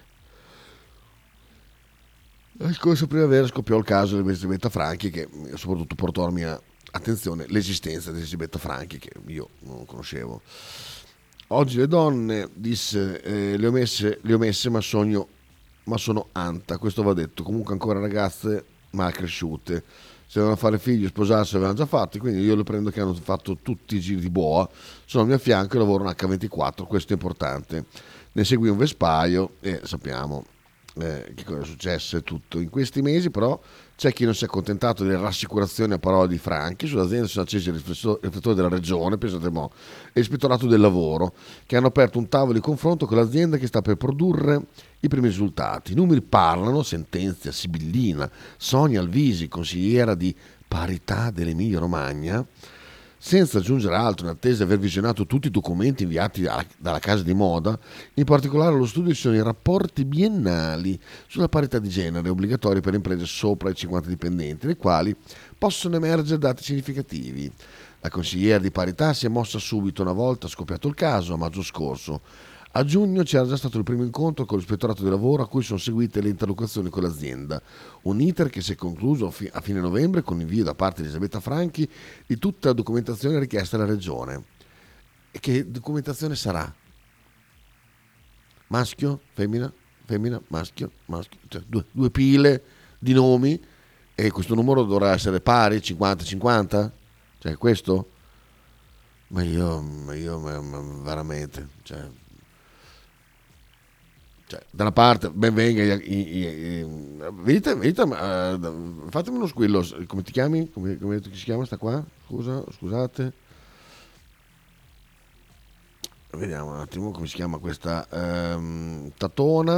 La scorsa primavera scoppiò il caso di Elisabetta Franchi, che soprattutto portò alla mia attenzione l'esistenza di Elisabetta Franchi, che io non conoscevo. Oggi le donne, disse, eh, le ho messe, le ho messe ma sogno, ma sono anta, questo va detto, comunque ancora ragazze ma cresciute, se devono fare figli, sposarsi, avevano già fatti, quindi io le prendo che hanno fatto tutti i giri di boa, sono al mio fianco e lavorano acca ventiquattro, questo è importante. Ne seguì un vespaio e sappiamo eh, che cosa è successo e tutto. In questi mesi però c'è chi non si è accontentato delle rassicurazioni a parole di Franchi. Sull'azienda sono accesi i riflettori della regione, pensate mo, e l'ispettorato del lavoro, che hanno aperto un tavolo di confronto con l'azienda che sta per produrre i primi risultati. I numeri parlano, Sentenzia, Sibillina, Sonia Alvisi, consigliera di parità dell'Emilia Romagna, senza aggiungere altro, in attesa di aver visionato tutti i documenti inviati dalla casa di moda. In particolare allo studio ci sono i rapporti biennali sulla parità di genere obbligatori per imprese sopra i cinquanta dipendenti, nei quali possono emergere dati significativi. La consigliera di parità si è mossa subito una volta scoppiato il caso, a maggio scorso. A giugno c'era già stato il primo incontro con l'ispettorato del lavoro, a cui sono seguite le interlocuzioni con l'azienda. Un iter che si è concluso a fine novembre con l'invio da parte di Elisabetta Franchi di tutta la documentazione richiesta alla regione. E che documentazione sarà? Maschio, femmina, femmina, maschio, maschio, cioè due, due pile di nomi, e questo numero dovrà essere pari, cinquanta cinquanta? Cioè questo? Ma io, ma io ma, ma veramente, cioè... Cioè, da una parte ben venga i, i, i, venite, venite, uh, fatemi uno squillo, come ti chiami? Come, come si chiama sta qua? Scusa, scusate, vediamo un attimo come si chiama questa um, Tatona.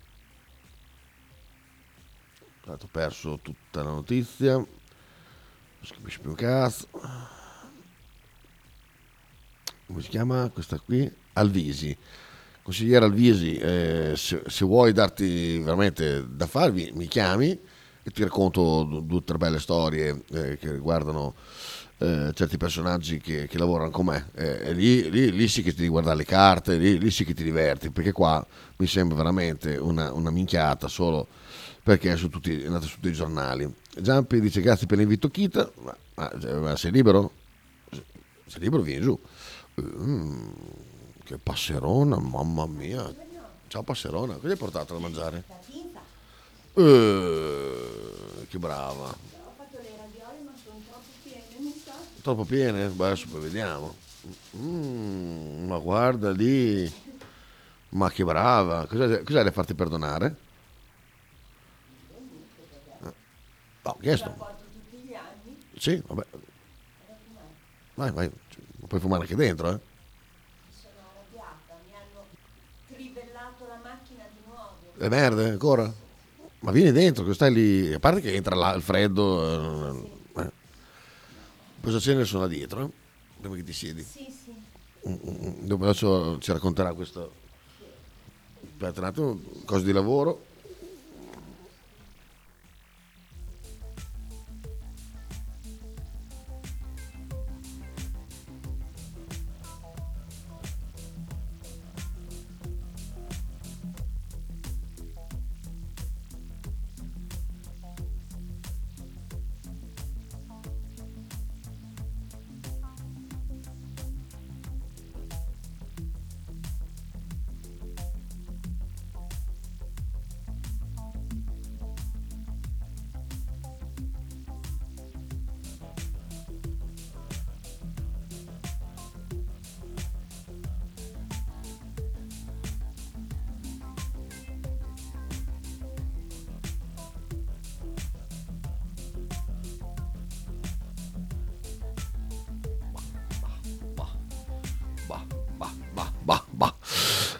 Ho perso tutta la notizia, non si capisce più un cazzo. Come si chiama questa qui? Alvisi. Consigliere Alvisi, eh, se, se vuoi darti veramente da farvi, mi chiami e ti racconto due o tre belle storie eh, che riguardano eh, certi personaggi che, che lavorano con me. Eh, e lì, lì, lì sì che ti devi guardare le carte, lì, lì sì che ti diverti, perché qua mi sembra veramente una, una minchiata solo perché è, su tutti, è andata su tutti i giornali. Giampi dice grazie per l'invito Kita, ma, ma, ma sei libero? Sei libero, vieni giù. Mm. Che passerona, mamma mia. Ciao passerona, cosa hai portato da mangiare? La pizza. Eh, che brava. Ho fatto le ravioli ma sono troppo piene, mi sa. Troppo piene? Beh, adesso poi vediamo. Mm, ma guarda lì. Ma che brava. Cos'è, cos'è da farti perdonare? No, ho chiesto. Sì, vabbè. Vai, vai. Puoi fumare anche dentro, eh. Le merde ancora? Ma vieni dentro, che stai lì, a parte che entra là il freddo, eh. Cosa ce ne sono là dietro? Eh? Prima che ti siedi. Sì, sì. Mm-mm. Dopo adesso ci racconterà questo. Aspetta un attimo, cose di lavoro.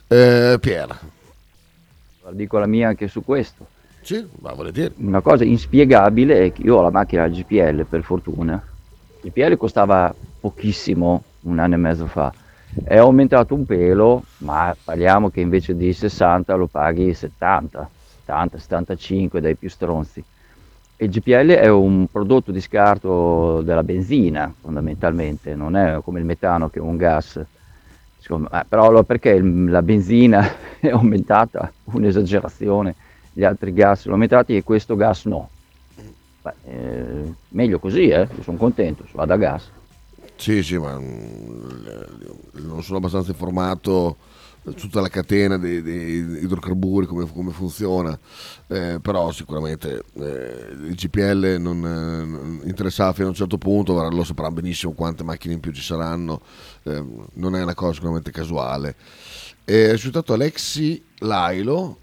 Eh, Pier. Dico la mia anche su questo. Sì, ma volete dire. Una cosa inspiegabile è che io ho la macchina G P L, per fortuna. Il G P L costava pochissimo un anno e mezzo fa. È aumentato un pelo, ma parliamo che invece di sessanta lo paghi settanta, settanta, settantacinque dai più stronzi. E il G P L è un prodotto di scarto della benzina, fondamentalmente, non è come il metano che è un gas. Secondo me, però allora perché il- la benzina è aumentata? Un'esagerazione. Gli altri gas sono aumentati e questo gas no. Beh, eh, meglio così, eh? Io sono contento, vado a gas. Sì, sì, ma mm, non sono abbastanza informato su tutta la catena dei, dei idrocarburi, come, come funziona, eh, però sicuramente eh, il G P L non, eh, non interessava fino a un certo punto, ora lo sapranno benissimo quante macchine in più ci saranno, eh, non è una cosa sicuramente casuale. È risultato Alexi Lailo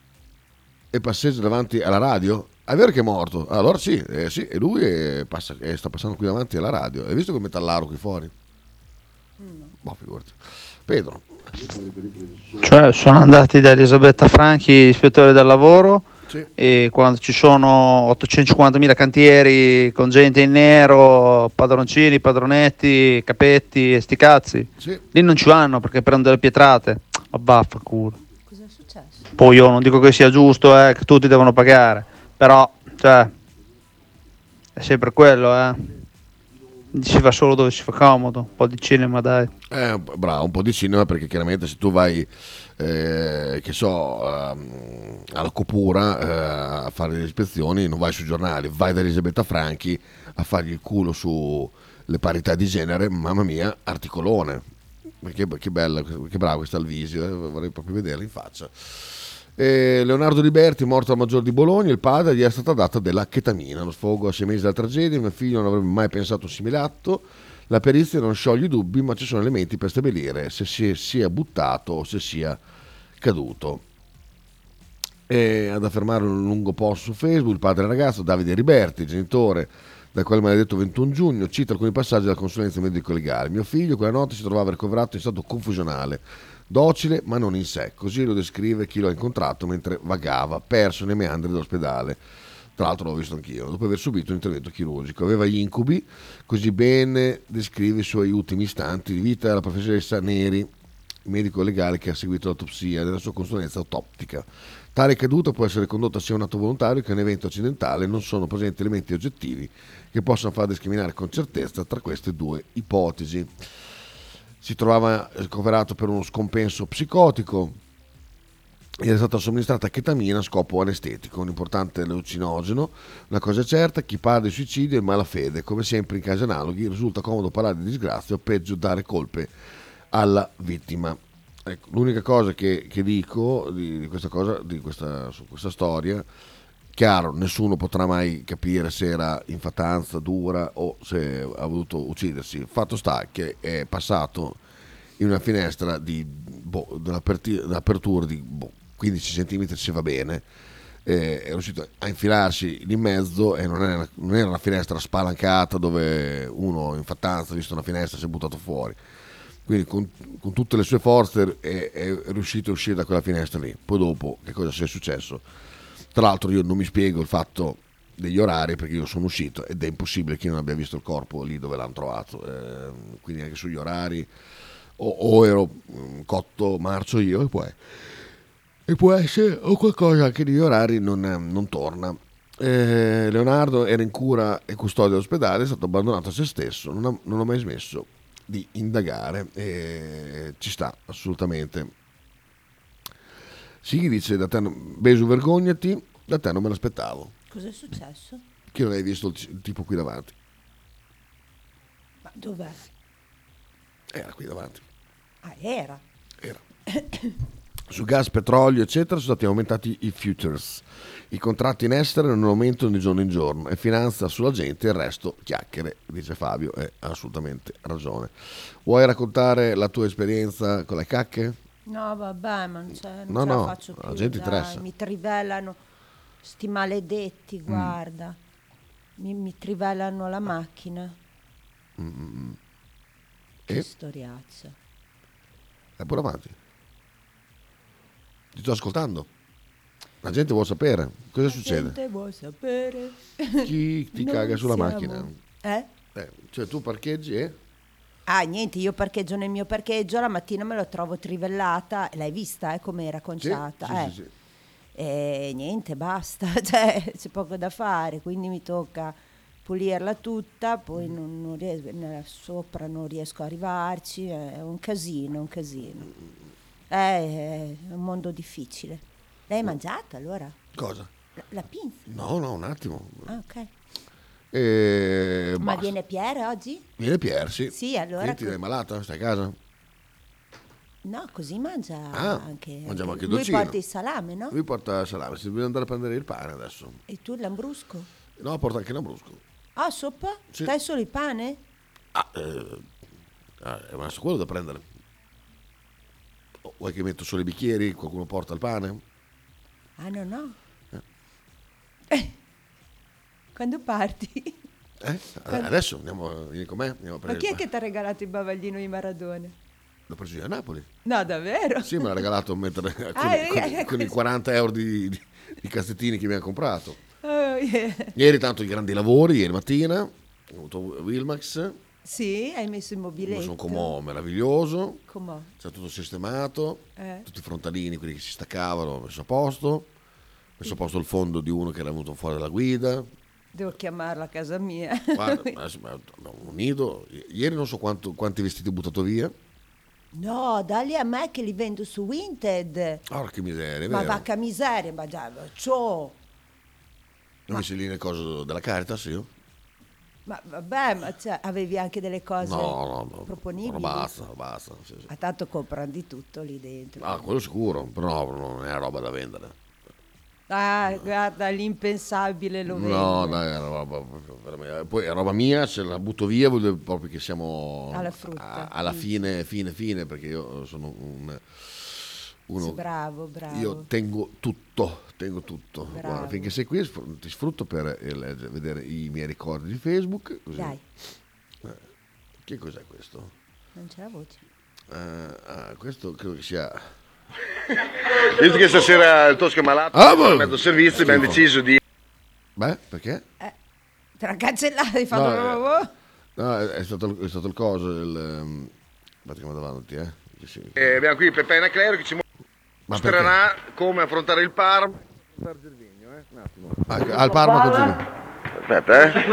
e passeggia davanti alla radio. È vero che è morto? Allora sì, eh, sì e lui è, passa, è, sta passando qui davanti alla radio. Hai visto quel metallaro qui fuori? No. Boh, figurati. Pedro. Cioè sono andati da Elisabetta Franchi, ispettore del lavoro, Sì. e quando ci sono ottocentocinquantamila cantieri con gente in nero, padroncini, padronetti, capetti e sti cazzi, Sì. lì non ci vanno perché prendono le pietrate. Ma vaffanculo. Cos'è successo? Poi io non dico che sia giusto, eh, che tutti devono pagare, però cioè è sempre quello, eh. Si va solo dove si fa comodo, un po' di cinema, dai. Eh, bravo, un po' di cinema, perché chiaramente se tu vai, eh, che so, ehm, alla Copura eh, a fare le ispezioni, non vai sui giornali, vai da Elisabetta Franchi a fargli il culo sulle parità di genere, mamma mia, articolone. Che, che bella, che bravo questa Alvisio, eh, vorrei proprio vederla in faccia. Eh, Leonardo Liberti, morto al Maggior di Bologna, il padre gli è stata data della chetamina, lo sfogo a sei mesi dalla tragedia, mio figlio non avrebbe mai pensato un simile atto, la perizia non scioglie i dubbi, ma ci sono elementi per stabilire se si sia buttato o se sia caduto. E ad affermare un lungo post su Facebook, il padre del ragazzo, Davide Riberti, genitore da quel maledetto ventuno giugno, cita alcuni passaggi della consulenza medico-legale. Mio figlio quella notte si trovava ricoverato in stato confusionale, docile ma non in sé, così lo descrive chi lo ha incontrato mentre vagava, perso nei meandri dell'ospedale. Tra l'altro l'ho visto anch'io, dopo aver subito un intervento chirurgico. Aveva gli incubi, così bene descrive i suoi ultimi istanti di vita la professoressa Neri, medico legale che ha seguito l'autopsia della sua consulenza autoptica. Tale caduta può essere condotta sia un atto volontario che un evento accidentale, non sono presenti elementi oggettivi che possano far discriminare con certezza tra queste due ipotesi. Si trovava ricoverato per uno scompenso psicotico ed è stata somministrata chetamina a scopo anestetico, un importante allucinogeno. Una cosa è certa, chi parla di suicidio è malafede, come sempre in casi analoghi risulta comodo parlare di disgrazia o peggio dare colpe alla vittima. Ecco, l'unica cosa che, che dico di, di questa cosa, di questa, su questa storia, chiaro, nessuno potrà mai capire se era infattanza dura o se ha voluto uccidersi. Fatto sta che è passato in una finestra di boh, dell'apertura di boh, quindici centimetri, se va bene, eh, è riuscito a infilarsi lì in mezzo e non era, non era una finestra spalancata dove uno in fattanza ha visto una finestra e si è buttato fuori. Quindi con, con tutte le sue forze è, è riuscito a uscire da quella finestra lì. Poi dopo che cosa sia successo? Tra l'altro io non mi spiego il fatto degli orari, perché io sono uscito ed è impossibile che io non abbia visto il corpo lì dove l'hanno trovato, eh, quindi anche sugli orari o, o ero mh, cotto marcio io e poi e può essere o qualcosa anche degli orari non, non torna. eh, Leonardo era in cura e custodia all'ospedale, è stato abbandonato a se stesso, non, ha, non ho mai smesso di indagare, e ci sta assolutamente. Sì, dice da te, Besu, vergognati, da te non me l'aspettavo. Cos'è successo? Che non hai visto il, il tipo qui davanti? Ma dov'è? Era qui davanti. Ah, era? Era. Su gas, petrolio, eccetera, sono stati aumentati i futures. I contratti in estero non aumentano di giorno in giorno e finanza sulla gente, il resto chiacchiere, dice Fabio, e ha assolutamente ragione. Vuoi raccontare la tua esperienza con le cacche? No, vabbè, ma non, c'è, non No, ce la no, faccio più. la gente dai, interessa. mi trivellano sti maledetti, guarda. Mm. Mi, mi trivellano la macchina. Mm-hmm. Che E? storiazza. È pure avanti. Ti sto ascoltando. La gente vuole sapere. Cosa La succede? gente vuole sapere. Chi ti Non caga sulla siamo- macchina? Eh? Eh, cioè tu parcheggi e... Ah, niente, io parcheggio nel mio parcheggio, la mattina me lo trovo trivellata, l'hai vista, eh, come era conciata? Sì, eh. sì, sì, sì. E niente, basta, cioè c'è poco da fare, quindi mi tocca pulirla tutta, poi non, non riesco, nella- sopra non riesco a arrivarci, è un casino, un casino. Eh, è un mondo difficile. L'hai mangiata allora? Cosa? La, la pinza? No, no, un attimo. Ah, ok. E Ma basta. viene Pier oggi? Viene Pier, sì. Sì, allora Senti, co- sei malata? Stai a casa? No, così mangia Ah, anche. mangiamo anche Lui dolcino. porta il salame, no? Lui porta salame, si deve andare a prendere il pane adesso. E tu il lambrusco? No, porta anche l'ambrusco. Ah, soppa? Sì. Te solo il pane? Ah, eh, ah, è rimasto quello da prendere. O vuoi che metto solo i bicchieri? Qualcuno porta il pane? Ah, no, no. Eh. Quando parti? Eh? Adesso andiamo, vieni con me, andiamo a Ma prendere chi è il pane. che ti ha regalato il bavaglino di Maradona? L'ho preso io a Napoli. No, davvero? Sì, me l'ha regalato mentre, con, Ah, i- con- eh, con i quaranta euro di, di, di cassettini che mi ha comprato. Oh, yeah. Ieri tanto i grandi lavori, ieri mattina, ho avuto Wilmax, Sì, hai messo il mobiletto. sono comò meraviglioso, Com'è? c'è tutto sistemato, Eh. tutti i frontalini, quelli che si staccavano, ho messo a posto, ho messo a posto il fondo di uno che era venuto fuori dalla guida. Devo chiamarla a casa mia. Guarda, adesso abbiamo un nido. Ieri non so quanto- quanti vestiti ho buttato via. No, dalli a me che li vendo su Vinted. Porca miseria, è Ma vero. vacca miseria, ma già, ciò. Ho messo lì nel coso della Caritas io. Ma vabbè, ma cioè, avevi anche delle cose No, no, no. proponibili? No, basta, basta. Sì, sì. Ma tanto comprano di tutto lì dentro. Ah, quello sicuro, però no, non è roba da vendere. Ah, guarda, l'impensabile lo vedo. No, dai, è roba, proprio veramente- poi è roba mia, se la butto via vuol dire proprio che siamo Alla frutta. a- alla fine, fine, fine, perché io sono un, uno... Sì, bravo, bravo. Io tengo tutto, tengo tutto. Bravo. Guarda, finché sei qui sfr- ti sfrutto per eh, leggere- vedere i miei ricordi di Facebook. Così. Dai, Eh, che cos'è questo? non c'è la voce. Eh, ah, questo credo che sia... Visto che stasera il Tosco è malato, Ah, boh. a mezzo servizio, abbiamo Schifo. deciso di... Beh, perché? Eh, te la cancellate, hai fatto... No, eh, No, è, è stato, il- è stato il coso, il... ehm, Aspetta che vado avanti, eh. Che sì. Eh, abbiamo qui Peppe Naclero che ci mostrerà come affrontare il Parma. Un attimo. Ah, al Parma continua. Aspetta, eh.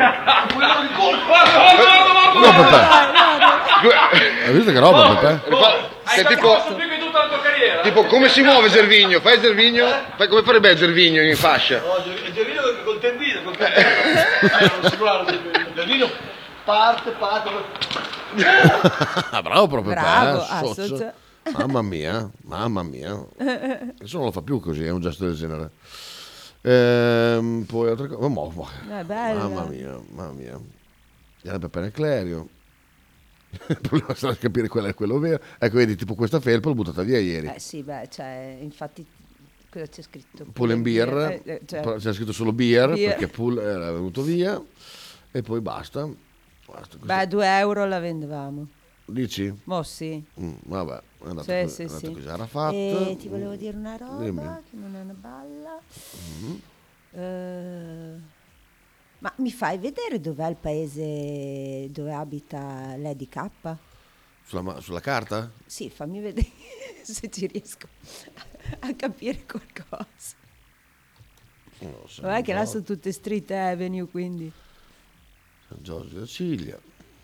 No, Peppe. Hai visto che roba, Peppe? Sei tipo, tipo come si muove Gervigno? Fai Gervigno? Fai come farebbe Gervigno in fascia? Gervino col tendino, col tendino. Eh, non si può, Gervino parte, parte. Ah, bravo proprio Bravo, Peppe, eh, ah, socio. socio. Mamma mia, mamma mia. Nessuno lo fa più così, è un gesto del genere. Ehm, poi altre cose. Ma, ma- È bello. mamma mia, mamma mia. Era Peppe Naclerio. Il problema sarà capire quello è quello vero. Ecco, vedi, tipo questa felpa l'ho buttata via ieri. Eh sì, beh, cioè, infatti, cosa c'è scritto? Pull and beer, Eh, eh, cioè, però c'era scritto solo beer, beer. perché Pull era venuto via e poi basta. Basta così. beh, due euro la vendevamo. Dici? Mo sì. Mm, vabbè, è andato, Sì, così, sì, è andato sì. così, era fatto. E ti volevo dire una roba Dimmi. che non è una balla. Mhm. Eh, ma mi fai vedere dov'è il paese dove abita Lady K? Sulla, ma- sulla carta? Sì, fammi vedere se ci riesco a capire qualcosa. Non lo so, Vabbè che là no. sono tutte street avenue, quindi... San Giorgio da Ciglia.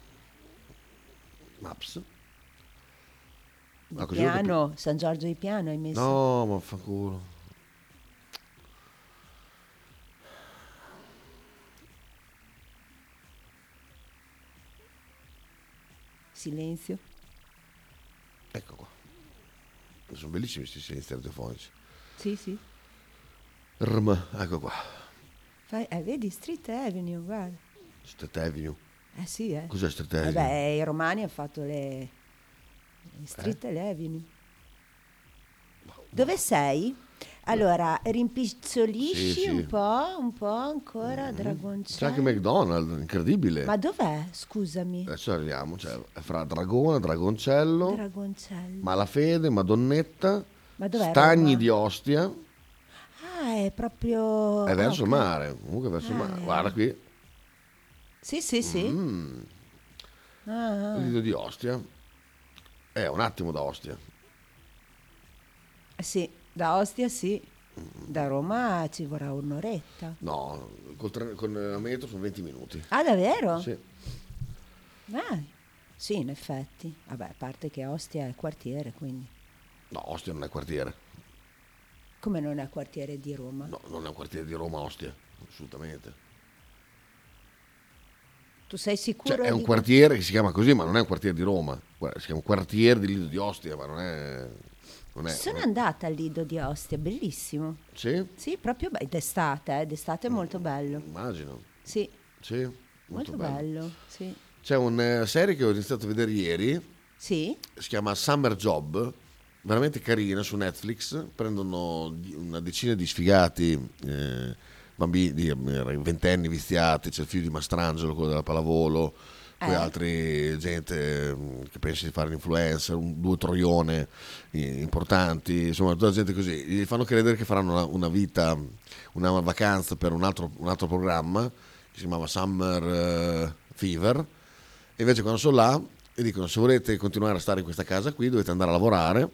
Maps. Di Ah, così ho capito. Piano, San Giorgio di Piano hai messo? No, ma fa culo. Silenzio. Ecco qua. Sono bellissimi questi silenzi radiofonici. Sì, sì. Rm, ecco qua. Fai, eh, vedi, street avenue, guarda. Street Avenue. Eh sì, eh. Cos'è Street Avenue? Vabbè, i romani hanno fatto le, le street Eh? avenue. Dove sei? Allora, rimpicciolisci Sì, sì. un po', un po' ancora, C'è Dragoncello. anche McDonald's, incredibile. Ma dov'è? Scusami. Adesso arriviamo, cioè, è fra Dragone, Dragoncello, Dragoncello. Malafede, Madonnetta, Ma dov'è Stagni Roma? di Ostia, Ah, è proprio... è verso ah, il ok. mare, comunque verso il Ah, mare. eh. Guarda qui, Sì, sì, sì. Mm. Ah, ah. il lido di Ostia. È un attimo da Ostia. Eh, Sì, da Ostia sì. Da Roma ci vorrà un'oretta. No, col tre- con la metro sono venti minuti. Ah, davvero? Sì. Ah, sì, in effetti. Vabbè, a parte che Ostia è quartiere, quindi... No, Ostia non è quartiere. Come non è quartiere di Roma? No, non è un quartiere di Roma, Ostia, assolutamente. Tu sei sicuro? Cioè, è un di- quartiere che si chiama così, ma non è un quartiere di Roma. Guarda, si chiama quartiere di Lido di Ostia, ma non è... Non è Sono non è- andata al Lido di Ostia, bellissimo. Sì? Sì, proprio be- d'estate, eh, d'estate è molto bello. Immagino. Sì, Sì, molto, molto, bello. bello. Sì. C'è una serie che ho iniziato a vedere ieri, Sì? si chiama Summer Job, veramente carina, su Netflix. Prendono di- una decina di sfigati, eh, bambini, di- eh, ventenni viziati, c'è il figlio di Mastrangelo, quello della pallavolo, poi Eh. altri gente mm, che pensa di fare l'influencer, un, due troione eh, importanti, insomma tutta gente così. Gli fanno credere che faranno una, una vita, una vacanza per un altro, un altro programma che si chiamava Summer eh, Fever, e invece quando sono là e dicono se volete continuare a stare in questa casa qui dovete andare a lavorare.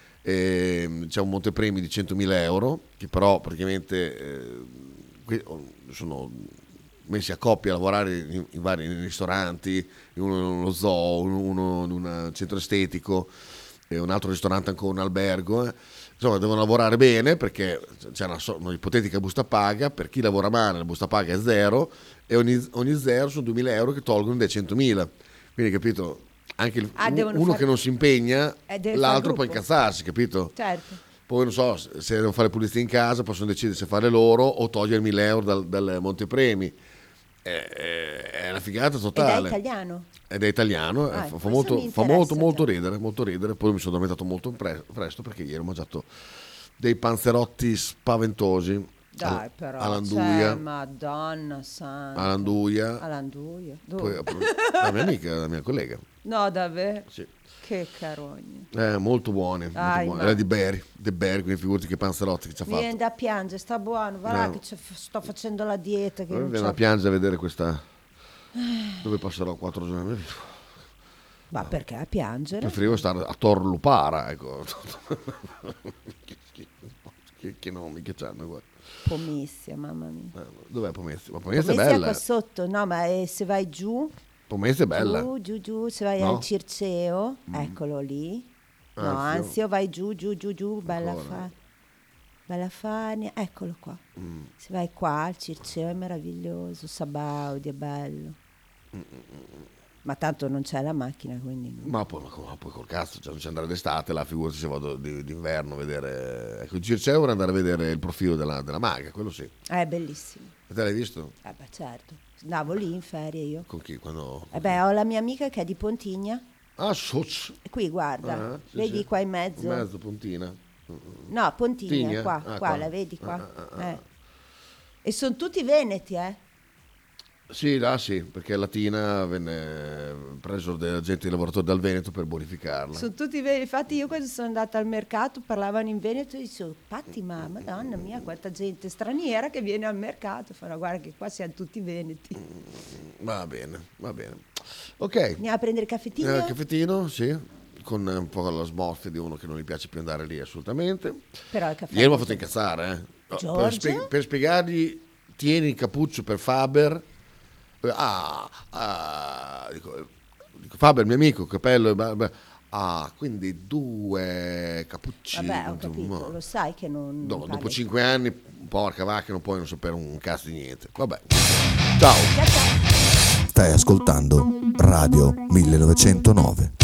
E c'è un montepremi di centomila euro che però praticamente eh, qui sono messi a coppia a lavorare in, in vari ristoranti, uno in uno zoo, uno, uno in un centro estetico e un altro ristorante ancora, un albergo, eh. Insomma devono lavorare bene perché c'è una, so- un'ipotetica busta paga, per chi lavora male la busta paga è zero e ogni, ogni zero sono duemila euro che tolgono dai centomila, quindi capito, anche il- Ah, devono uno fare- che non si impegna, Eh, deve l'altro far può gruppo. incazzarsi, capito? Certo. Poi non so, se devono fare pulizia in casa possono decidere se fare loro o togliere mille euro dal, dal montepremi. È, è- è una figata Ed è totale. italiano? Ed è italiano, Ah, eh, fa, questo fa molto, mi fa interessa molto, molto già. ridere, molto ridere. Poi mi sono addormentato molto pre- presto perché ieri ho mangiato dei panzerotti spaventosi Dai, all- però, all'anduia, cioè, madonna santa. all'anduia. All'anduia? Poi, Dove? la mia amica, la mia collega. No, davvero? Sì. Che carogna. Eh, molto buoni, molto Dai, buoni. ma- Era di Berry, di Berry, quindi figurati che panzerotti che ci ha Mi fatto. viene da piangere, sta buono, guarda No. che c'è- sto facendo la dieta. Che Mi non viene da c'ho- piangere a vedere questa, dove passerò quattro giorni. Ma perché a piangere? Preferivo stare a Torlupara, ecco. che, che nomi che c'hanno qua. Pomessia, mamma mia. Dov'è Pomezia? Ma Pomezia è Pomessia bella. qua sotto, no, ma eh, se vai giù, Pomezia è bella. giù, giù, giù, se vai No? al Circeo, eccolo lì. No, Anzio. Anzio, vai giù, giù, giù, giù, bella Ancora? fa. Bella Fania, eccolo qua. Mm. Se vai qua al Circeo è meraviglioso, Sabaudi è bello. Ma tanto non c'è la macchina, quindi no. Ma poi, ma come- ma poi col cazzo, cioè non c'è andare d'estate, là figurati se vado di- d'inverno a vedere. Ecco, il Circeo vorrei andare a vedere il profilo della, della maga, quello sì. Eh, è bellissimo. E te l'hai visto? Eh beh, certo. Andavo lì in ferie io. Con chi? Quando... Eh beh, ho la mia amica che è di Pontigna. Ah, soc. E qui, guarda, Ah, sì, vedi sì. qua in mezzo? In mezzo, puntina. No, Pontigna, Tigna? qua, Ah, qua, qua. la vedi qua? Ah, ah, ah. Eh. E sono tutti veneti, eh? Sì, là sì, perché Latina venne preso da gente di lavoratori dal Veneto per bonificarla. Sono tutti veneti. Infatti io quando sono andata al mercato parlavano in Veneto e dicevo, Patti, ma madonna mia, quanta gente straniera che viene al mercato. Fanno, guarda che qua siamo tutti veneti. Va bene, va bene. Ok. Andiamo a prendere il caffettino? Eh, il caffettino, sì, con un po' la smorfia di uno che non gli piace più andare lì assolutamente. Però il caffè... Ieri mi ha fatto incazzare, eh. No, Giorgio? Per, spie- per spiegargli, tieni il cappuccio per Faber. Ah, ah, dico, dico, Faber, mio amico, capello. beh, beh. Ah, quindi due cappucci. Vabbè, ho capito, No. lo sai che non... No, non dopo parli. cinque anni, porca vacca, non puoi non sapere un cazzo di niente. Vabbè. Ciao. Stai ascoltando Radio millenovecentonove.